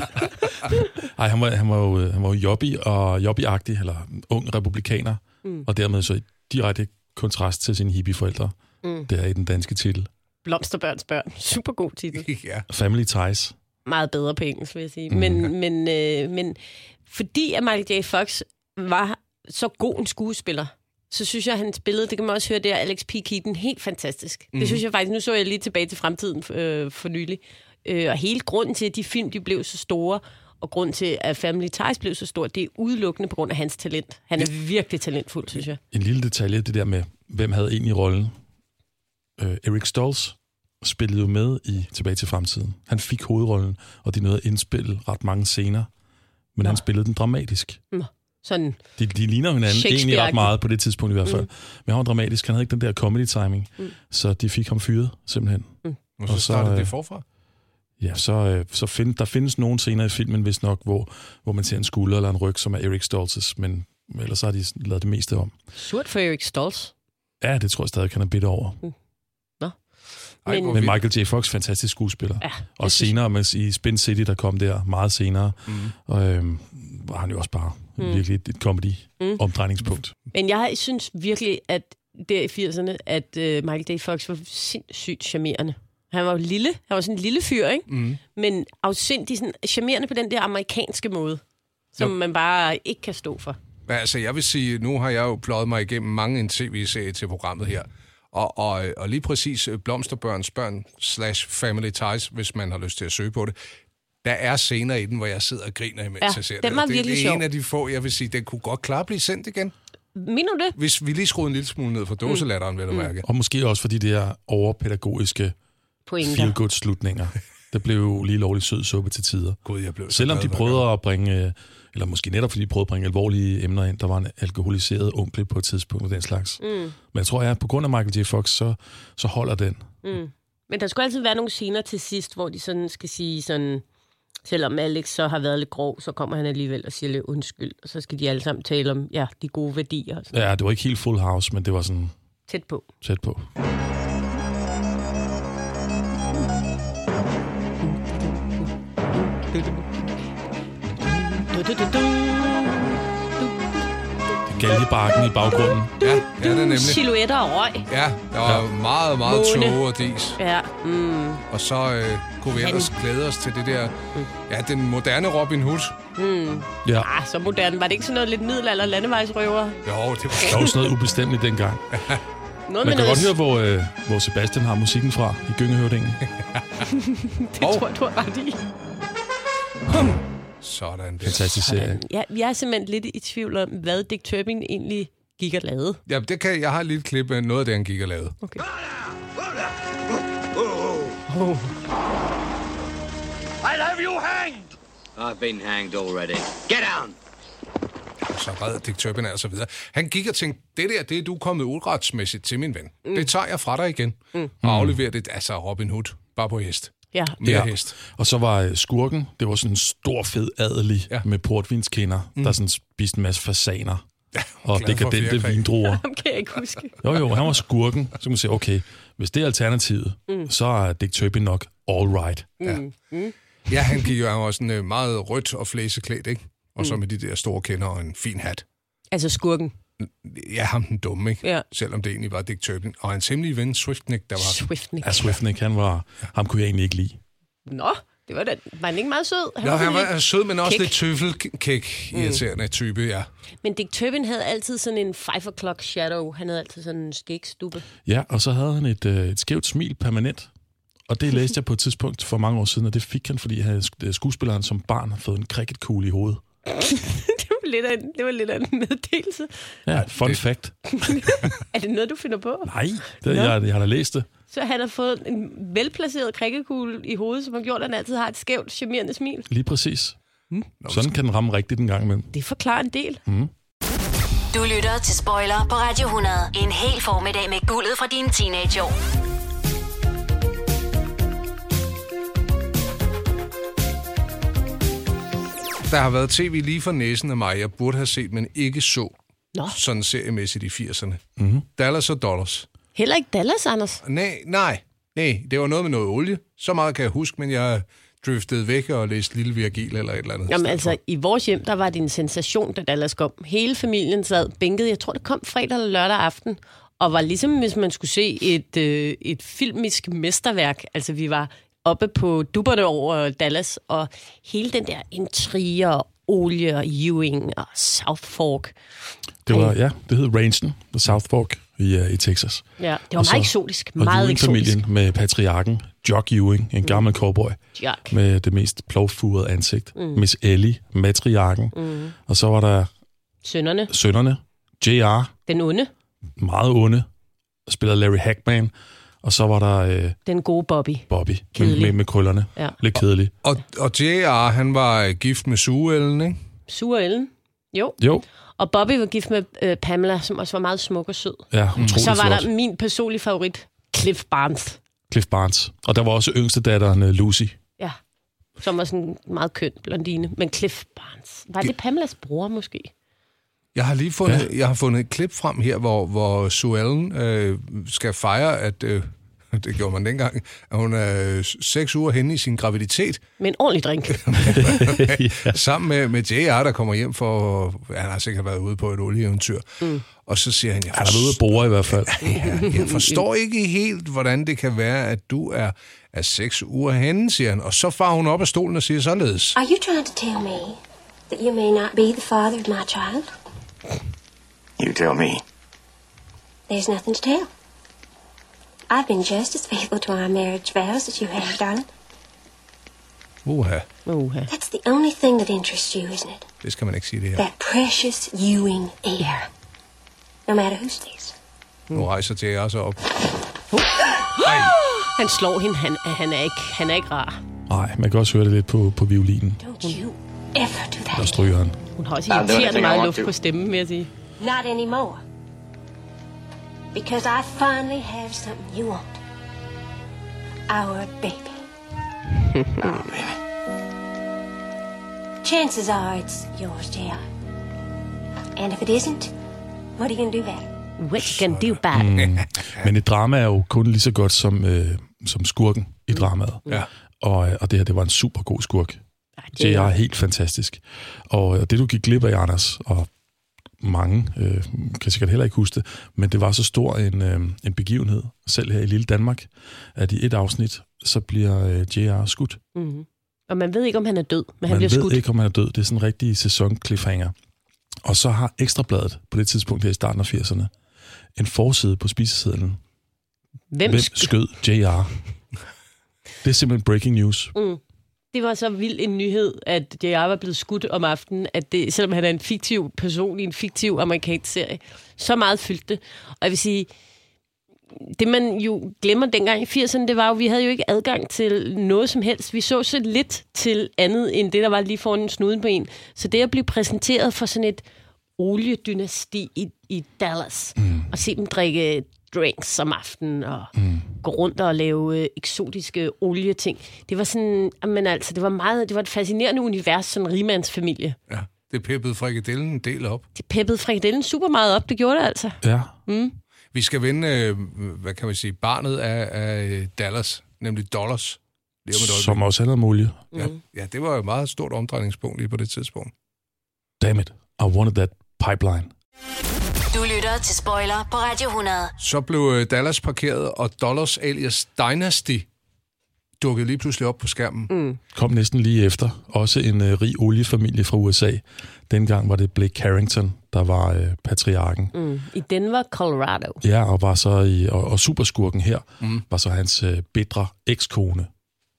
Speaker 3: Ej, han var jo jobbie-agtig, eller ung republikaner, og dermed så i direkte kontrast til sine hippie-forældre. Det er i den danske titel.
Speaker 4: Blomsterbørns børn. Super god titel.
Speaker 2: Ja.
Speaker 3: Family Ties.
Speaker 4: Meget bedre på engelsk, vil jeg sige. Men fordi at Michael J. Fox var så god en skuespiller, så synes jeg, at hans billede, det kan man også høre der, Alex P. Keaton, helt fantastisk. Det synes jeg faktisk, nu så jeg lige tilbage til fremtiden for nylig. Og hele grunden til, at de film, de blev så store, og grunden til, at Family Ties blev så stor, det er udelukkende på grund af hans talent. Han er virkelig talentfuld, synes jeg. En
Speaker 3: lille detalje, det der med, hvem havde egentlig rollen. Eric Stoltz spillede jo med i Tilbage til fremtiden. Han fik hovedrollen, og de nåede at indspille ret mange scener, men han spillede den dramatisk.
Speaker 4: Sådan
Speaker 3: de ligner hinanden egentlig ret meget på det tidspunkt i hvert fald. Men han var dramatisk, han havde ikke den der comedy timing, så de fik ham fyret simpelthen.
Speaker 2: Og så startede det forfra?
Speaker 3: Ja, der findes nogle scener i filmen, vist nok, hvor man ser en skulder eller en ryg, som er Eric Stoltz's, men ellers har de lavet det meste om.
Speaker 4: Surt for Eric Stoltz.
Speaker 3: Ja, det tror jeg stadig, han er bitter over. Men Michael J. Fox, fantastisk skuespiller. Ja, og senere i Spin City, der kom der meget senere, var han jo også bare virkelig et comedy-omdrejningspunkt. Men
Speaker 4: jeg synes virkelig, at der i 80'erne, at Michael J. Fox var sindssygt charmerende. Han var jo lille. Han var sådan en lille fyr, ikke? Men afsindig sådan charmerende på den der amerikanske måde, som man bare ikke kan stå for.
Speaker 2: Ja, altså, jeg vil sige, nu har jeg jo pløjet mig igennem mange en tv-serie til programmet her. Og lige præcis Blomsterbørns børn / Family Ties, hvis man har lyst til at søge på det. Der er scener i den, hvor jeg sidder og griner imens jeg ser det.
Speaker 4: Den var virkelig sjov.
Speaker 2: Det er en af de få, jeg vil sige, den kunne godt klare at blive sendt igen.
Speaker 4: Mener du det?
Speaker 2: Hvis vi lige skruede en lille smule ned for dåselatteren, vil du mærke.
Speaker 3: Og måske også fordi det er overpædagogiske feel-good-slutninger. Der blev jo lige lovligt sød suppe til tider.
Speaker 2: God, jeg blev
Speaker 3: selvom de prøvede at bringe, eller måske netop fordi de prøvede at bringe alvorlige emner ind, der var en alkoholiseret onkel på et tidspunkt og den slags. Men jeg tror, at på grund af Michael J. Fox, så holder den.
Speaker 4: Men der skulle altid være nogle scener til sidst, hvor de sådan skal sige sådan, selvom Alex så har været lidt grov, så kommer han alligevel og siger lidt undskyld, og så skal de alle sammen tale om de gode værdier.
Speaker 3: Ja, det var ikke helt Full House, men det var sådan...
Speaker 4: Tæt på.
Speaker 3: Tæt på. Galjebakken i baggrunden.
Speaker 2: Ja, det er nemlig.
Speaker 4: Silhuetter og røg.
Speaker 2: Ja, der var meget, meget tåge og dis.
Speaker 4: Ja.
Speaker 2: Og så kunne vi ellers glæde os til det der, den moderne Robin Hood.
Speaker 3: Ja.
Speaker 4: Så moderne. Var det ikke sådan noget lidt middelalder landevejsrøver?
Speaker 2: Jo, det var
Speaker 3: også noget ubestemmeligt dengang. Man kan godt høre, hvor Sebastian har musikken fra i Gyngehøvdingen.
Speaker 4: Det tror jeg ret i.
Speaker 2: Sådan.
Speaker 3: Fantastisk serie.
Speaker 4: Ja, jeg er simpelthen lidt i tvivl om, hvad Dick Turpin egentlig gik og lavede.
Speaker 2: Ja, jeg har et lille klip af noget af det, han gik og lavede.
Speaker 4: Okay.
Speaker 11: I'll have you hanged!
Speaker 6: I've been hanged already. Get down!
Speaker 2: Så red Dick Turpin og så videre. Han gik og tænkte, det er du kommet uretsmæssigt til, min ven. Det tager jeg fra dig igen. Og afleverer det, altså Robin Hood, bare på hest.
Speaker 4: Ja.
Speaker 2: Hest.
Speaker 3: Og så var skurken, det var sådan en stor, fed adelig med portvinskinder, der sådan spiste en masse fasaner og dekadente vindruer.
Speaker 4: Ham kan jeg ikke huske.
Speaker 3: Jo, han var skurken. Så kan man sige, okay, hvis det er alternativet, så er Dick Turpin nok all right.
Speaker 2: Ja, han gik jo også sådan meget rødt og flæseklædt, ikke? Og så med de der store kinder og en fin hat.
Speaker 4: Altså skurken?
Speaker 2: Ja, ham den dumme, ikke?
Speaker 4: Ja.
Speaker 2: Selvom det egentlig var Dick Turpin. Og hans hemmelige ven, Swiftnick, der var...
Speaker 4: Swiftnick.
Speaker 3: Ja, Swiftnick, ham kunne jeg egentlig ikke lide.
Speaker 4: Nå, det var da... Var han ikke meget sød?
Speaker 2: Han var sød, men også lidt tøffelkæk, irriterende type, ja.
Speaker 4: Men Dick Turpin havde altid sådan en 5 o'clock shadow. Han havde altid sådan en skægstubbe.
Speaker 3: Ja, og så havde han et skævt smil permanent. Og det læste jeg på et tidspunkt for mange år siden, og det fik han, fordi skuespilleren som barn har fået en cricketkugle i hovedet.
Speaker 4: Det var lidt af en meddelelse.
Speaker 3: Ja, fun fact.
Speaker 4: Er det noget, du finder på?
Speaker 3: Nej, jeg har da læst det.
Speaker 4: Så han har fået en velplaceret krikkekugle i hovedet, som har gjort, at han altid har et skævt, charmerende smil.
Speaker 3: Lige præcis. Sådan kan den ramme rigtigt en gang imellem.
Speaker 4: Det forklarer en del.
Speaker 1: Du lytter til Spoiler på Radio 100. En hel formiddag med guldet fra dine teenageår.
Speaker 2: Der har været tv lige for næsen af mig, jeg burde have set, men ikke så.
Speaker 4: Nå.
Speaker 2: Sådan seriemæssigt i 80'erne.
Speaker 3: Mm-hmm.
Speaker 2: Dallas og Dollars.
Speaker 4: Heller ikke Dallas, Anders.
Speaker 2: Nej. Det var noget med noget olie. Så meget kan jeg huske, men jeg driftede væk og læste Lille Virgil eller et eller andet.
Speaker 4: Jamen altså, i vores hjem, der var det en sensation, da Dallas kom. Hele familien sad bænket. Jeg tror, det kom fredag eller lørdag aften. Og var ligesom, hvis man skulle se et filmisk mesterværk. Altså, vi var oppe på dupperne over Dallas, og hele den der intriger, olie og Ewing og South Fork.
Speaker 3: Det hed Rangen, The South Fork i Texas.
Speaker 4: Ja, det var meget eksotisk.
Speaker 3: Og
Speaker 4: meget eksotisk.
Speaker 3: Ewing-familien med patriarken, Jock Ewing, en gammel cowboy.
Speaker 4: Jock.
Speaker 3: Med det mest plovfurede ansigt. Miss Ellie, matriarken. Og så var der sønnerne. JR.
Speaker 4: Den onde.
Speaker 3: Meget onde. Spillede Larry Hagman. Og så var der...
Speaker 4: den gode Bobby.
Speaker 3: Med krøllerne. Ja. Lidt kedelig.
Speaker 2: Og JR, han var gift med Sue Ellen, ikke?
Speaker 4: Sue Ellen. Jo. Og Bobby var gift med Pamela, som også var meget smuk og sød.
Speaker 3: Ja, utrolig
Speaker 4: Og så var
Speaker 3: flot.
Speaker 4: der min personlige favorit, Cliff Barnes.
Speaker 3: Og der var også yngste datteren Lucy.
Speaker 4: Ja, som var sådan en meget køn blondine. Men Cliff Barnes, var det Pamelas bror måske?
Speaker 2: Jeg har lige fundet et klip frem her, hvor Sue Ellen skal fejre, at det gjorde man dengang, at hun er 6 uger henne i sin graviditet.
Speaker 4: Med en ordentlig drink.
Speaker 2: Sammen med JR, der kommer hjem for... Han har sikkert været ude på et olieeventyr. Og så siger han...
Speaker 3: Han er ude at bore i hvert fald.
Speaker 2: Jeg forstår ikke helt, hvordan det kan være, at du er 6 uger henne, siger han. Og så farer hun op af stolen og siger således.
Speaker 12: Are you trying to tell me that you may not be the father of my child?
Speaker 11: You tell me.
Speaker 12: There's nothing to tell. I've been just as faithful to our marriage vows as you have, darling.
Speaker 2: Uha.
Speaker 12: That's the only thing that interests you, isn't it?
Speaker 2: Det skal man ikke sige, det her.
Speaker 12: That precious Ewing heir. No matter who stays.
Speaker 2: Nu rejser JR sig op.
Speaker 4: Han slår hende. Han er ikke rar.
Speaker 3: Nej, man kan også høre det lidt på violinen.
Speaker 12: Don't you ever do that.
Speaker 3: Der stryger han.
Speaker 4: Hun har også irriterende meget luft på stemmen, vil jeg sige.
Speaker 12: Not anymore. Because I finally have something you want. Our baby.
Speaker 11: Oh, baby.
Speaker 12: Chances are it's yours, JR. And if it isn't, what are you gonna do about it?
Speaker 4: What you gonna do about it?
Speaker 3: Men et drama er jo kun lige så godt som skurken i dramaet.
Speaker 2: Ja.
Speaker 3: Og det her, det var en super god skurk. JR er helt fantastisk. Og det, du gik glip af, Anders, og mange kan sikkert heller ikke huske det, men det var så stor en begivenhed, selv her i lille Danmark, at i et afsnit, så bliver JR skudt.
Speaker 4: Mm-hmm. Og man ved ikke, om han er død, men han
Speaker 3: bliver
Speaker 4: skudt.
Speaker 3: Man ved ikke, om han er død. Det er sådan en rigtig sæson-cliffhanger. Og så har Ekstrabladet på det tidspunkt her i starten af 80'erne en forside på spisesedlen. Hvem skød JR? Det er simpelthen breaking news.
Speaker 4: Det var så vild en nyhed, at JR var blevet skudt om aftenen, at det, selvom han er en fiktiv person i en fiktiv amerikansk serie, så meget fyldte det. Og jeg vil sige, det man jo glemmer dengang i 80'erne, det var jo, vi havde jo ikke adgang til noget som helst. Vi så lidt til andet, end det, der var lige foran snuden på en. Så det at blive præsenteret for sådan et oliedynasti i Dallas, og se dem drikke drinks om aftenen, og gå rundt og lave eksotiske olieting. Det var sådan, men altså, det var et fascinerende univers, sådan en rigmandsfamilie.
Speaker 2: Ja, det peppede frikadellen en del op.
Speaker 4: Det peppede frikadellen super meget op, det gjorde det altså.
Speaker 3: Ja.
Speaker 2: Vi skal vinde, hvad kan man sige, barnet af Dallas, nemlig Dollars.
Speaker 3: Som også havde noget olie.
Speaker 2: Ja, det var jo et meget stort omdrejningspunkt lige på det tidspunkt.
Speaker 3: Damn it, I wanted that pipeline.
Speaker 1: Du lytter til Spoiler på Radio 100.
Speaker 2: Så blev Dallas parkeret, og Dollars alias Dynasty dukkede lige pludselig op på skærmen.
Speaker 3: Kom næsten lige efter. Også en rig oliefamilie fra USA. Dengang var det Blake Carrington, der var patriarken.
Speaker 4: I Denver, Colorado.
Speaker 3: Ja, og var så og superskurken her, var så hans bitre ekskone.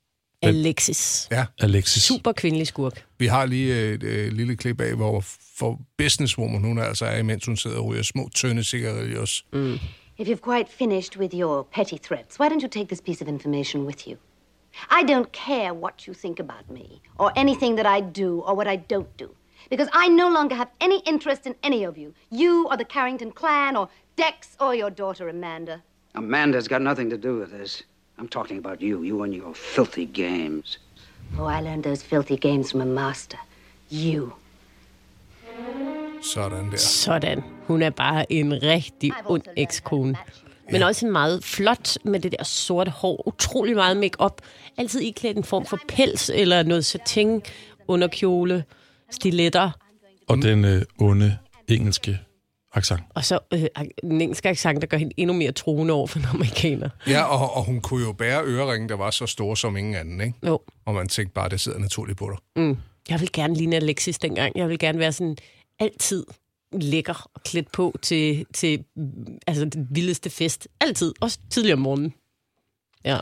Speaker 4: Alexis.
Speaker 2: Ja.
Speaker 3: Alexis.
Speaker 4: Super kvindelig skurk.
Speaker 2: Vi har lige et lille klip af, hvor for businesswoman hun altså er, imens hun sidder og ryger små, tynde cigarillos.
Speaker 12: If you've quite finished with your petty threats, why don't you take this piece of information with you? I don't care what you think about me, or anything that I do, or what I don't do. Because I no longer have any interest in any of you. You or the Carrington clan, or Dex, or your daughter Amanda.
Speaker 13: Amanda's got nothing to do with this. I'm talking about you and your filthy games.
Speaker 12: Oh, I learned those filthy games from a master. You.
Speaker 2: Sådan der.
Speaker 4: Sådan. Hun er bare en rigtig ond ekskone. Men også en meget flot med det der sorte hår. Utrolig meget make-up. Altid iklædt en form for pels eller noget satin, underkjole, stiletter.
Speaker 3: Og den onde engelske accent.
Speaker 4: Og så den engelske accent, der gør hende endnu mere truende over for en amerikaner.
Speaker 2: Ja, og hun kunne jo bære øreringe, der var så store som ingen anden, ikke?
Speaker 4: Jo.
Speaker 2: Og man tænkte bare, det sidder naturligt på dig.
Speaker 4: Jeg vil gerne ligne Alexis dengang. Jeg vil gerne være sådan altid lækker og klædt på til altså den vildeste fest. Altid. Også tidligere om morgenen. Ja.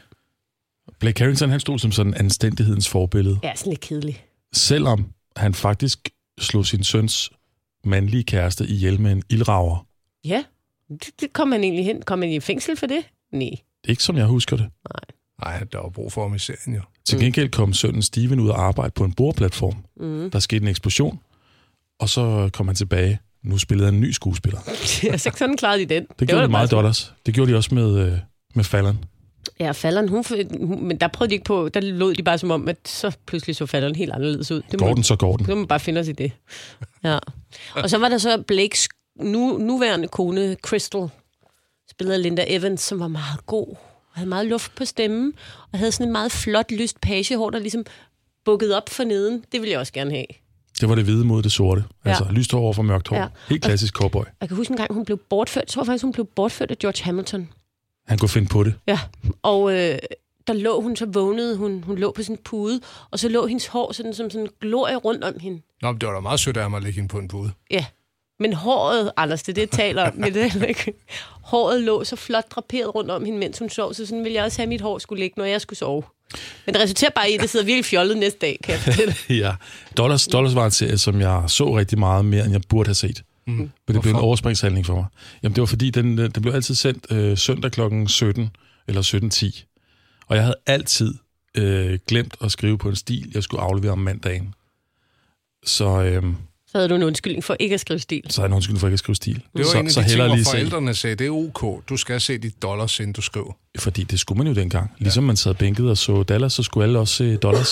Speaker 3: Blake Carrington, han stod som sådan anstændighedens forbillede.
Speaker 4: Ja, sådan lidt kedelig.
Speaker 3: Selvom han faktisk slog sin søns mandlige kæreste ihjel med en ildrager.
Speaker 4: Ja, det kom han egentlig hen. Kom han i fængsel for det? Nej.
Speaker 3: Ikke som jeg husker det.
Speaker 2: Nej, der var brug for ham i serien jo.
Speaker 3: Til gengæld kom sønnen Steven ud og arbejde på en boreplatform. Der skete en eksplosion, og så kom han tilbage. Nu spillede han en ny skuespiller.
Speaker 4: Ja, så sådan klarede de den.
Speaker 3: Det gjorde de meget Dollars. Det gjorde de også med Fallon.
Speaker 4: Ja, Fallon, men der prøvede de ikke på, der lod de bare som om, at så pludselig så Fallon helt anderledes ud.
Speaker 3: Går den. Så
Speaker 4: må man bare finde os i det. Ja. Og så var der så Blakes nuværende kone, Crystal, spillede Linda Evans, som var meget god. Havde meget luft på stemmen, og havde sådan en meget flot, lyst pagehår, der ligesom bukkede op for neden. Det ville jeg også gerne have.
Speaker 3: Det var det hvide mod det sorte. Altså lyst hår over for mørkt hår. Ja. Helt klassisk cowboy. Jeg
Speaker 4: kan huske en gang, hun blev bortført. Jeg tror faktisk, hun blev bortført af George Hamilton.
Speaker 3: Han kunne finde på det.
Speaker 4: Ja, og der lå hun, så vågnede hun lå på sin pude, og så lå hendes hår sådan, som sådan en glorie rundt om hende.
Speaker 2: Nå, det var da meget sødt af ham at lægge hende på en pude.
Speaker 4: Ja, men håret, Anders, det jeg taler om, med det ikke. Håret lå så flot draperet rundt om hende, mens hun sov, så sådan ville jeg også have, mit hår skulle ligge, når jeg skulle sove. Men det resulterer bare i, at det sidder virkelig fjollet næste dag, kan jeg fortælle.
Speaker 3: Ja, Dollars var en serie, som jeg så rigtig meget mere, end jeg burde have set. Men det blev en overspringshandling for mig. Jamen, det var fordi, den blev altid sendt søndag klokken 17 eller 17:10. Og jeg havde altid glemt at skrive på en stil, jeg skulle aflevere om mandagen. Så
Speaker 4: havde du en undskyldning for ikke at skrive stil.
Speaker 3: Så havde jeg en undskyldning for ikke at skrive stil.
Speaker 2: Det var en af de ting, hvor forældrene sagde, det er ok, du skal se de Dollars, inden du skriver.
Speaker 3: Fordi det skulle man jo dengang. Ligesom man sad bænket og så Dallas, så skulle alle også se Dollars.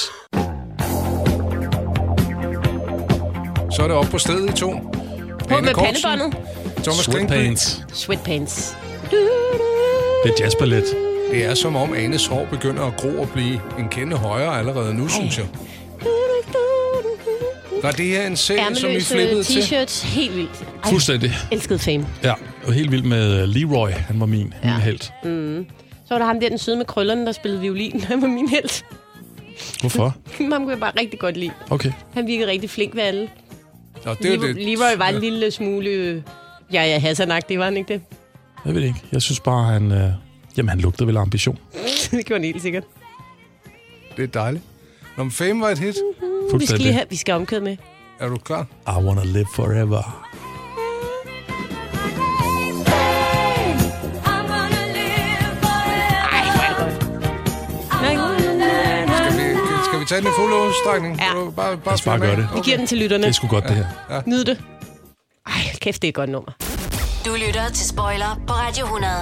Speaker 2: Så er det op på stedet i to.
Speaker 4: På med pandebåndet.
Speaker 2: Thomas
Speaker 4: Sweatpants.
Speaker 3: Det er jazzballet.
Speaker 2: Det er som om Anes hår begynder at gro og blive en kende højere allerede nu, synes jeg. Var det her en serie, som I flippede til?
Speaker 4: T-shirts, helt vildt.
Speaker 3: Fuldstændig.
Speaker 4: Elskede Fame.
Speaker 3: Ja, og helt vildt med Leroy. Han var min helt.
Speaker 4: Så var der ham der, den søde med krøllerne, der spillede violin. Han var min helt.
Speaker 3: Hvorfor?
Speaker 4: Ham kunne jeg bare rigtig godt lide.
Speaker 3: Okay.
Speaker 4: Han virkede rigtig flink ved alle.
Speaker 2: Nå, det
Speaker 4: Leroy var en lille smule... Ja, Hassanagtig, var han ikke det?
Speaker 3: Jeg ved ikke. Jeg synes bare, han lugtede vel ambition.
Speaker 4: Det gjorde han helt sikkert.
Speaker 2: Det er dejligt. Når Fame var et hit.
Speaker 4: Vi skal omkøde med.
Speaker 2: Er du klar?
Speaker 3: I wanna live forever.
Speaker 2: Skal vi tage den i fuld udstrækning?
Speaker 4: Ja.
Speaker 3: Bare gøre det.
Speaker 4: Vi giver den til lytterne.
Speaker 3: Det er sgu godt, det her.
Speaker 2: Ja.
Speaker 4: Nyd det. Ej, kæft, det er et godt nummer.
Speaker 1: Du lytter til Spoiler på Radio 100.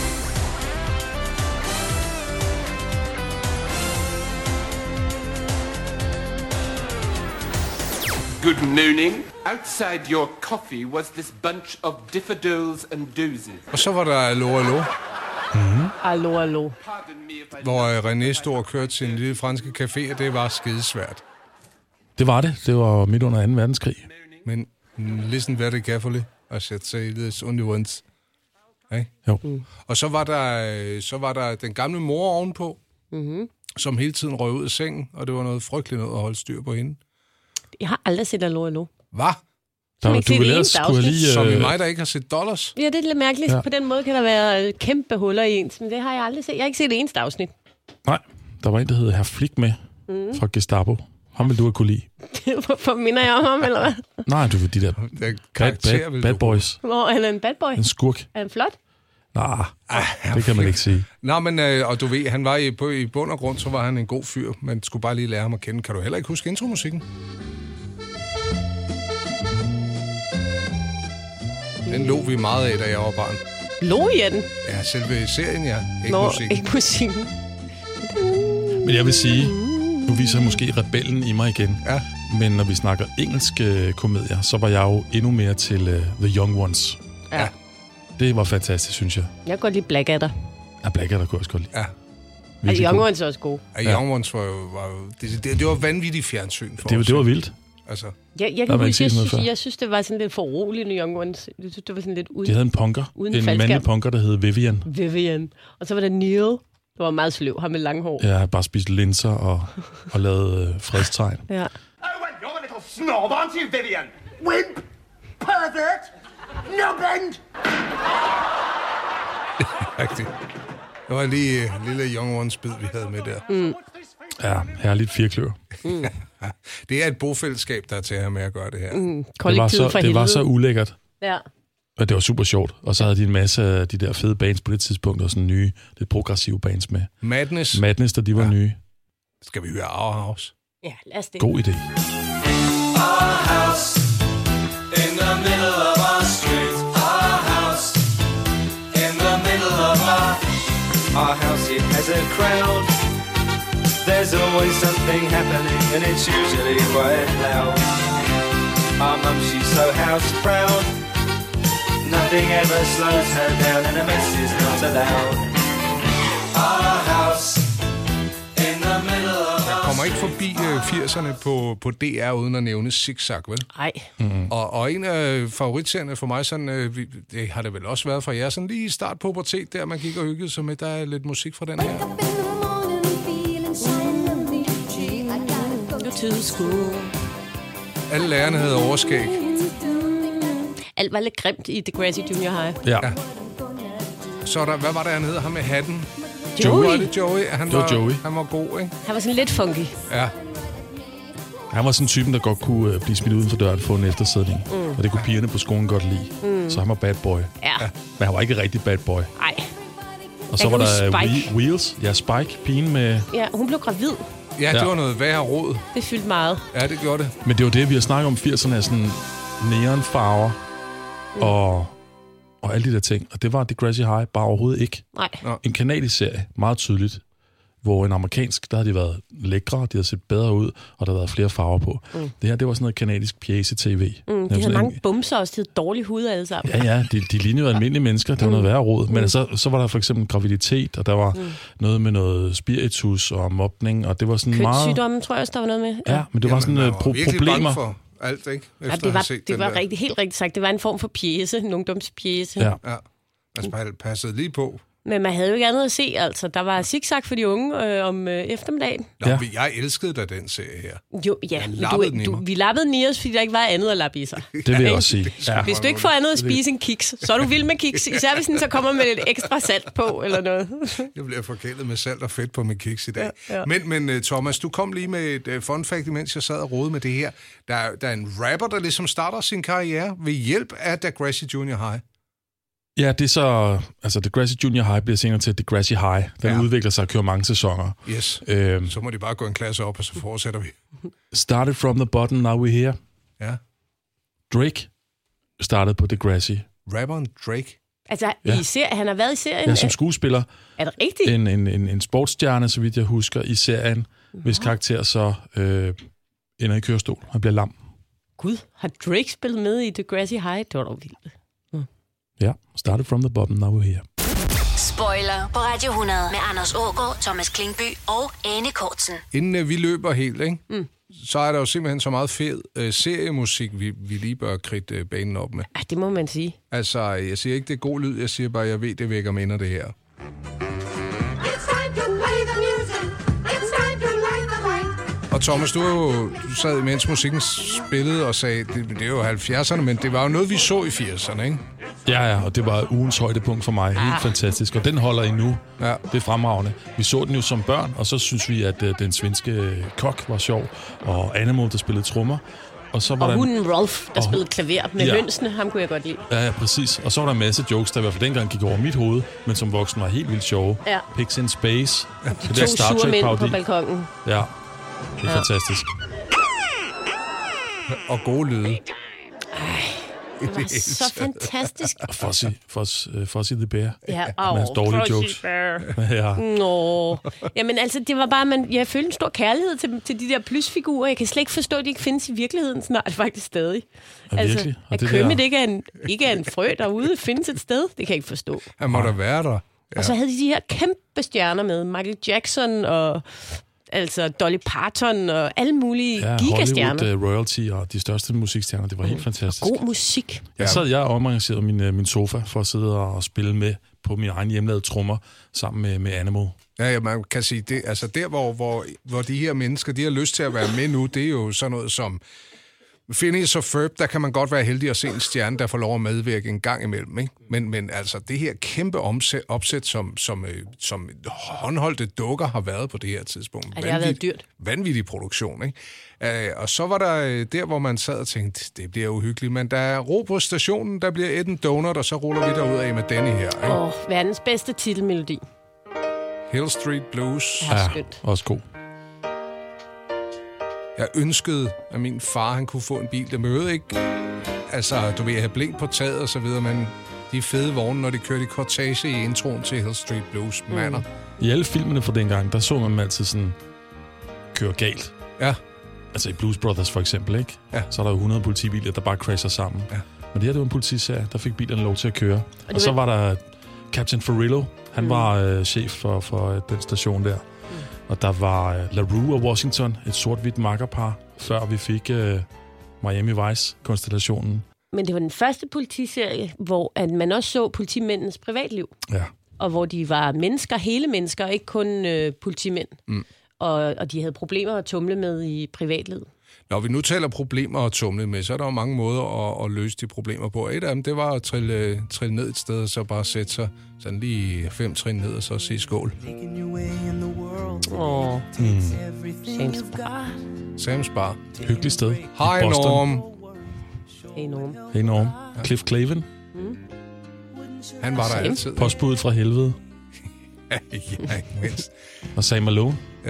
Speaker 14: Good morning. Outside your coffee was this bunch of diffidels and dozes.
Speaker 2: Og så var der Allo.
Speaker 4: Allo.
Speaker 2: Hvor René stod og kørte sin lille franske café, og det var skidesvært.
Speaker 3: Det var det. Det var midt under 2. verdenskrig.
Speaker 2: Men listen very carefully. I should say this only once. Okay?
Speaker 3: Jo.
Speaker 2: Og så var der den gamle mor ovenpå, som hele tiden røg ud af sengen, og det var noget frygteligt noget at holde styr på hende.
Speaker 4: Jeg har aldrig set Allo.
Speaker 2: Hvad?
Speaker 3: Som
Speaker 2: i mig, der ikke har set Dollars.
Speaker 4: Ja, det er lidt mærkeligt. Ja. På den måde kan der være kæmpe huller i ens, men det har jeg aldrig set. Jeg har ikke set det eneste afsnit.
Speaker 3: Nej, der var en, der hed Herr Flick med fra Gestapo. Ham vil du have kunne lide.
Speaker 4: Hvorfor minder jeg om ham, eller hvad?
Speaker 3: Nej, du ved de der bad boys.
Speaker 4: Hvor han er en bad boy?
Speaker 3: En skurk.
Speaker 4: Er han flot?
Speaker 3: Nej, det kan man ikke sige.
Speaker 2: Nå, men og du ved, han var i bund og grund, så var han en god fyr. Man skulle bare lige lære ham at kende. Kan du heller ikke huske intromusikken? Den lå vi meget af, da jeg var barn.
Speaker 4: Lå i den?
Speaker 2: Ja, selve serien, ja. Ikke musikken.
Speaker 4: Ikke musikken.
Speaker 3: Men jeg vil sige, nu viser jeg måske rebellen i mig igen.
Speaker 2: Ja.
Speaker 3: Men når vi snakker engelske komedier, så var jeg jo endnu mere til The Young Ones.
Speaker 4: Ja.
Speaker 3: Det var fantastisk, synes jeg.
Speaker 4: Jeg kan godt lide Blackadder.
Speaker 3: Ja, Blackadder kunne jeg også godt lide.
Speaker 2: Ja.
Speaker 4: Og Young Ones er også gode.
Speaker 2: Ja, Young Ones var jo det var vanvittigt fjernsyn for os.
Speaker 3: Det var vildt.
Speaker 2: Altså.
Speaker 4: Jeg synes, det var sådan lidt for roligt, Young Ones. Jeg synes, det var sådan lidt uden.
Speaker 3: De havde en punker. En mandlig punker, der hed Vivian.
Speaker 4: Og så var der Neil. Det var meget sløv, ham med lange hår.
Speaker 3: Ja, bare spist linser og lavet fredstegn.
Speaker 4: Ja.
Speaker 15: Oh, well, you're a little snob, aren't you, Vivian? Wimp! Pervert! Nubbend!
Speaker 2: Rigtigt. Det var lige lille Young Ones-bid, vi havde med der.
Speaker 4: Mm.
Speaker 3: Ja, herligt firkløver.
Speaker 4: Mm.
Speaker 2: Det er et bofællesskab, der er til at have med at gøre det her.
Speaker 3: Det var så ulækkert.
Speaker 4: Ja.
Speaker 3: Og det var super sjovt. Og så havde de en masse af de der fede bands på det tidspunkt, og sådan nye, lidt progressive bands med. Madness, da de var nye.
Speaker 2: Skal vi høre Our House?
Speaker 4: Ja, lad os det.
Speaker 3: God idé.
Speaker 7: Our house in the middle of our street. Our house in the middle of our house. It has a crowd. There's always something happening, and it's usually quite loud. Our mum, she's so house proud. Nothing ever slows her down, and a mess is not allowed. Our house in the middle of our
Speaker 2: kommer ikke forbi 80'erne på DR uden at nævne Zigzag, vel?
Speaker 4: Nej.
Speaker 3: Mm-hmm.
Speaker 2: Og en af favoritserierne for mig, sådan, det har det vel også været for jer, sådan lige i start på pubertet, der man gik og hyggede sig med, der er lidt musik fra den her. Alle lærerne havde overskæg.
Speaker 4: Alt var lidt grimt i Degrassi Junior High.
Speaker 3: Ja.
Speaker 2: Så der, hvad var det, han hed? Ham med hatten?
Speaker 4: Joey.
Speaker 2: Var det Joey?
Speaker 3: Joey.
Speaker 2: Han var god, ikke?
Speaker 4: Han var sådan lidt funky.
Speaker 2: Ja.
Speaker 3: Han var sådan typen, der godt kunne blive smidt uden for døren for en eftersætning. Og det kunne pigerne på skolen godt lide. Så han var bad boy.
Speaker 4: Ja.
Speaker 3: Men han var ikke rigtig bad boy.
Speaker 4: Nej.
Speaker 3: Og så var der Wheels. Ja, Spike, pigen med...
Speaker 4: Ja, hun blev gravid.
Speaker 2: Ja, det var noget værre råd.
Speaker 4: Det fyldte meget.
Speaker 2: Ja, det gjorde det.
Speaker 3: Men det var det, vi har snakket om 80'erne, af sådan neonfarver og alle de der ting. Og det var Degrassi High bare overhovedet ikke.
Speaker 4: Nej.
Speaker 3: En kanadisk serie, meget tydeligt, hvor en amerikansk, der havde de været lækre, de havde set bedre ud, og der havde været flere farver på. Det her, det var sådan noget kanadisk pjæse-tv.
Speaker 4: De havde mange bumser også, de havde dårlige hud alle sammen.
Speaker 3: Ja, de lignede jo almindelige mennesker, det var noget værre råd. Men så var der for eksempel graviditet, og der var noget med noget spiritus og mobning, og det var sådan meget...
Speaker 4: Kønssygdomme, tror jeg også, der var noget med.
Speaker 3: Ja, men det var sådan problemer.
Speaker 2: For alt, ikke?
Speaker 4: Ja, det var helt rigtigt sagt. Det var en form for pjæse, en ungdomspjæse.
Speaker 3: Ja.
Speaker 2: Altså, passede lige på.
Speaker 4: Men man havde jo ikke andet at se, altså. Der var Zigzag for de unge om eftermiddagen.
Speaker 2: Nå, jeg elskede da den serie her.
Speaker 4: Jo, ja. Vi lappede den i os, fordi der ikke var andet at lappe i sig.
Speaker 3: Det vil jeg også sige.
Speaker 4: Ja. Hvis du ikke får andet at spise end kiks, så er du vild med kiks. Især hvis den så kommer med lidt ekstra salt på, eller noget.
Speaker 2: Jeg bliver forkælet med salt og fedt på min kiks i dag.
Speaker 4: Ja.
Speaker 2: Men Thomas, du kom lige med et fun fact, imens jeg sad og rodede med det her. Der er en rapper, der ligesom starter sin karriere ved hjælp af Degrassi Junior High.
Speaker 3: Ja, det er så... Altså, Degrassi Junior High bliver senere til Degrassi High. Den udvikler sig og kører mange sæsoner.
Speaker 2: Yes. Så må de bare gå en klasse op, og så fortsætter vi.
Speaker 3: Started from the bottom, now we're here.
Speaker 2: Ja.
Speaker 3: Drake startede på Degrassi.
Speaker 2: Rapperen Drake?
Speaker 4: Altså, han har været i serien?
Speaker 3: Ja, som skuespiller.
Speaker 4: Er det rigtigt?
Speaker 3: En sportsstjerne, så vidt jeg husker, i serien, hvis karakter så ender i kørestol. Han bliver lam.
Speaker 4: Gud, har Drake spillet med i Degrassi High? Det var dog vildt.
Speaker 3: Ja, started from the bottom, now we're here.
Speaker 1: Spoiler på Radio 100 med Anders Aagaard, Thomas Klingby og Ane Kortsen.
Speaker 2: Inden vi løber helt, ikke? Så er der jo simpelthen så meget fed seriemusik, vi lige bør kridte banen op med.
Speaker 4: Ja, det må man sige.
Speaker 2: Altså, jeg siger ikke, det er god lyd, jeg siger bare, jeg ved, det vækker minder, det her. Og Thomas, du sad imens musikken spillede og sagde, det er jo 70'erne, men det var jo noget, vi så i 80'erne, ikke?
Speaker 3: Ja, og det var ugens højdepunkt for mig. Helt fantastisk, og den holder endnu. Ja. Det er fremragende. Vi så den jo som børn, og så synes vi, at den svenske kok var sjov, og Animal, der spillede trommer. Og, så var
Speaker 4: og
Speaker 3: der
Speaker 4: hunden Rolf, der spillede klaver med hønsene, ham kunne jeg godt lide.
Speaker 3: Ja, præcis. Og så var der en masse jokes, der i hvert fald dengang gik over mit hoved, men som voksen var helt vildt sjove.
Speaker 4: Ja.
Speaker 3: Pigs in Space.
Speaker 4: De to sure mænd på balkongen.
Speaker 3: Ja, det er fantastisk.
Speaker 2: Og gode lyde.
Speaker 4: Det var så fantastisk.
Speaker 3: Og Fuzzy the Bear.
Speaker 4: Ja,
Speaker 3: med hans dårlige jokes. Ja.
Speaker 4: Nå. Jamen altså, det var bare, jeg følte en stor kærlighed til de der plysfigurer. Jeg kan slet ikke forstå, at de ikke findes i virkeligheden snart faktisk stadig.
Speaker 3: Ja,
Speaker 4: altså,
Speaker 3: virkelig.
Speaker 4: at Kermit ikke er en frø derude, findes et sted, det kan jeg ikke forstå.
Speaker 2: Han må da være der. Ja.
Speaker 4: Og så havde de her kæmpe stjerner med. Michael Jackson og altså Dolly Parton og alle mulige gigastjerner.
Speaker 3: Hollywood, royalty og de største musikstjerner. Det var helt fantastisk.
Speaker 4: God musik.
Speaker 3: Jeg sad og omarrangerede min sofa for at sidde og spille med på min egen hjemlavede trommer sammen med Animal.
Speaker 2: Ja, man kan sige, det, altså der, hvor de her mennesker, de har lyst til at være med nu, det er jo sådan noget som Phineas og Ferb, der kan man godt være heldig at se en stjerne, der får lov at medvirke en gang imellem, ikke? Men altså, det her kæmpe opsæt, som håndholdte dukker har været på det her tidspunkt.
Speaker 4: Ja, det har været dyrt.
Speaker 2: Vanvittig produktion, ikke? Og så var der der, hvor man sad og tænkte, det bliver uhyggeligt, men der er ro på stationen, der bliver et en donut, og så ruller vi derud af med denne her, ikke?
Speaker 4: Verdens bedste titelmelodi.
Speaker 2: Hill Street Blues.
Speaker 3: Ja, også god.
Speaker 2: Jeg ønskede, at min far han kunne få en bil. Det mødte ikke. Altså, du ved, have blink på taget og så videre, men de fede vogne, når de kørte i kortage i introen til Hill Street Blues. Mander.
Speaker 3: I alle filmene fra dengang, der så man dem altid sådan køre galt.
Speaker 2: Ja.
Speaker 3: Altså i Blues Brothers for eksempel, ikke?
Speaker 2: Ja.
Speaker 3: Så er der jo 100 politibiler, der bare crasher sammen. Ja. Men det her, det var en politiserie, der fik bilerne lov til at køre. Og så var der Captain Furillo. Han var chef for den station der. Og der var LaRue og Washington, et sort-hvidt makkerpar, før vi fik Miami Vice-konstellationen.
Speaker 4: Men det var den første politiserie, hvor at man også så politimændenes privatliv.
Speaker 3: Ja.
Speaker 4: Og hvor de var mennesker, hele mennesker, og ikke kun politimænd. Og de havde problemer at tumle med i privatlivet.
Speaker 2: Når vi nu taler problemer at tumle med, så er der jo mange måder at løse de problemer på. Et af dem, det var at trille ned et sted, og så bare sætte sig sådan lige 5 trin ned, og så sige skål. Sam's Bar.
Speaker 3: Hyggeligt sted.
Speaker 2: Hej Norm.
Speaker 4: Hey
Speaker 3: Norm. Ja. Cliff Clavin.
Speaker 2: Han var der altid.
Speaker 3: Postbuddet fra helvede.
Speaker 2: Ja, ikke mindst.
Speaker 3: Og Sam Malone.
Speaker 2: Ja.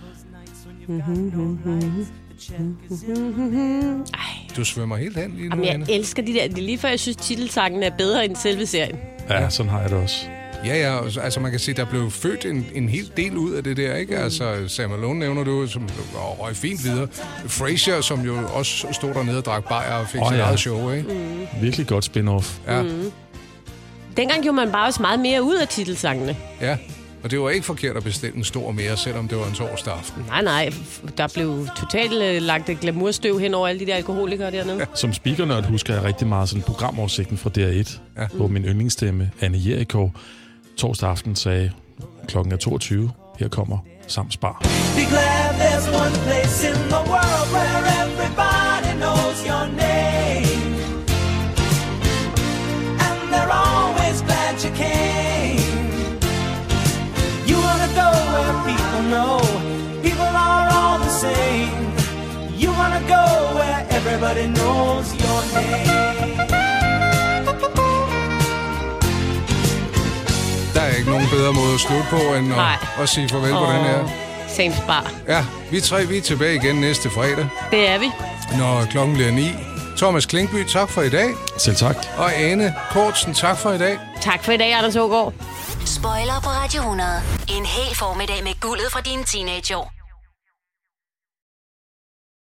Speaker 2: Du svømmer helt hen lige nu.
Speaker 4: Jamen, jeg elsker de der. Det er lige før, jeg synes, titelsangen er bedre end selve serien.
Speaker 3: Ja, sådan har jeg det også.
Speaker 2: Ja, altså man kan sige, der blev født en hel del ud af det der, ikke? Altså Sam Malone nævner du, som røg fint videre. Frasier, som jo også stod dernede og drak bajer og fik sit eget show, ikke?
Speaker 3: Virkelig godt spin-off.
Speaker 2: Ja.
Speaker 4: Dengang gjorde man bare også meget mere ud af titelsangene.
Speaker 2: Ja. Og det var ikke forkert at bestille en stor mere, selvom det var en torsdag aften.
Speaker 4: Nej. Der blev totalt lagt et glamourstøv hen over alle de der alkoholikere dernede. Ja.
Speaker 3: Som speakernørd husker jeg rigtig meget sådan programoversigten fra DR1, hvor min yndlingsstemme, Anne Jericho, torsdag aften sagde, klokken er 22, her kommer Sam's Bar.
Speaker 7: Be glad there's one place in the world where everybody knows your name. And they're always glad you came. You wanna go where people know people are all the same. You wanna go where everybody knows your name.
Speaker 2: Der er ikke nogen bedre måde at slutte på, end at sige farvel på den her.
Speaker 4: Sam's Bar.
Speaker 2: Ja, vi er tilbage igen næste fredag.
Speaker 4: Det er vi.
Speaker 2: Når klokken bliver 9. Thomas Klingby, tak for i dag.
Speaker 3: Selv tak.
Speaker 2: Og Ane Kortsen, tak for i dag.
Speaker 4: Tak for i dag, Anders Aagaard.
Speaker 1: Spoiler på Radio 100. En hel formiddag med guldet fra dine teenageår.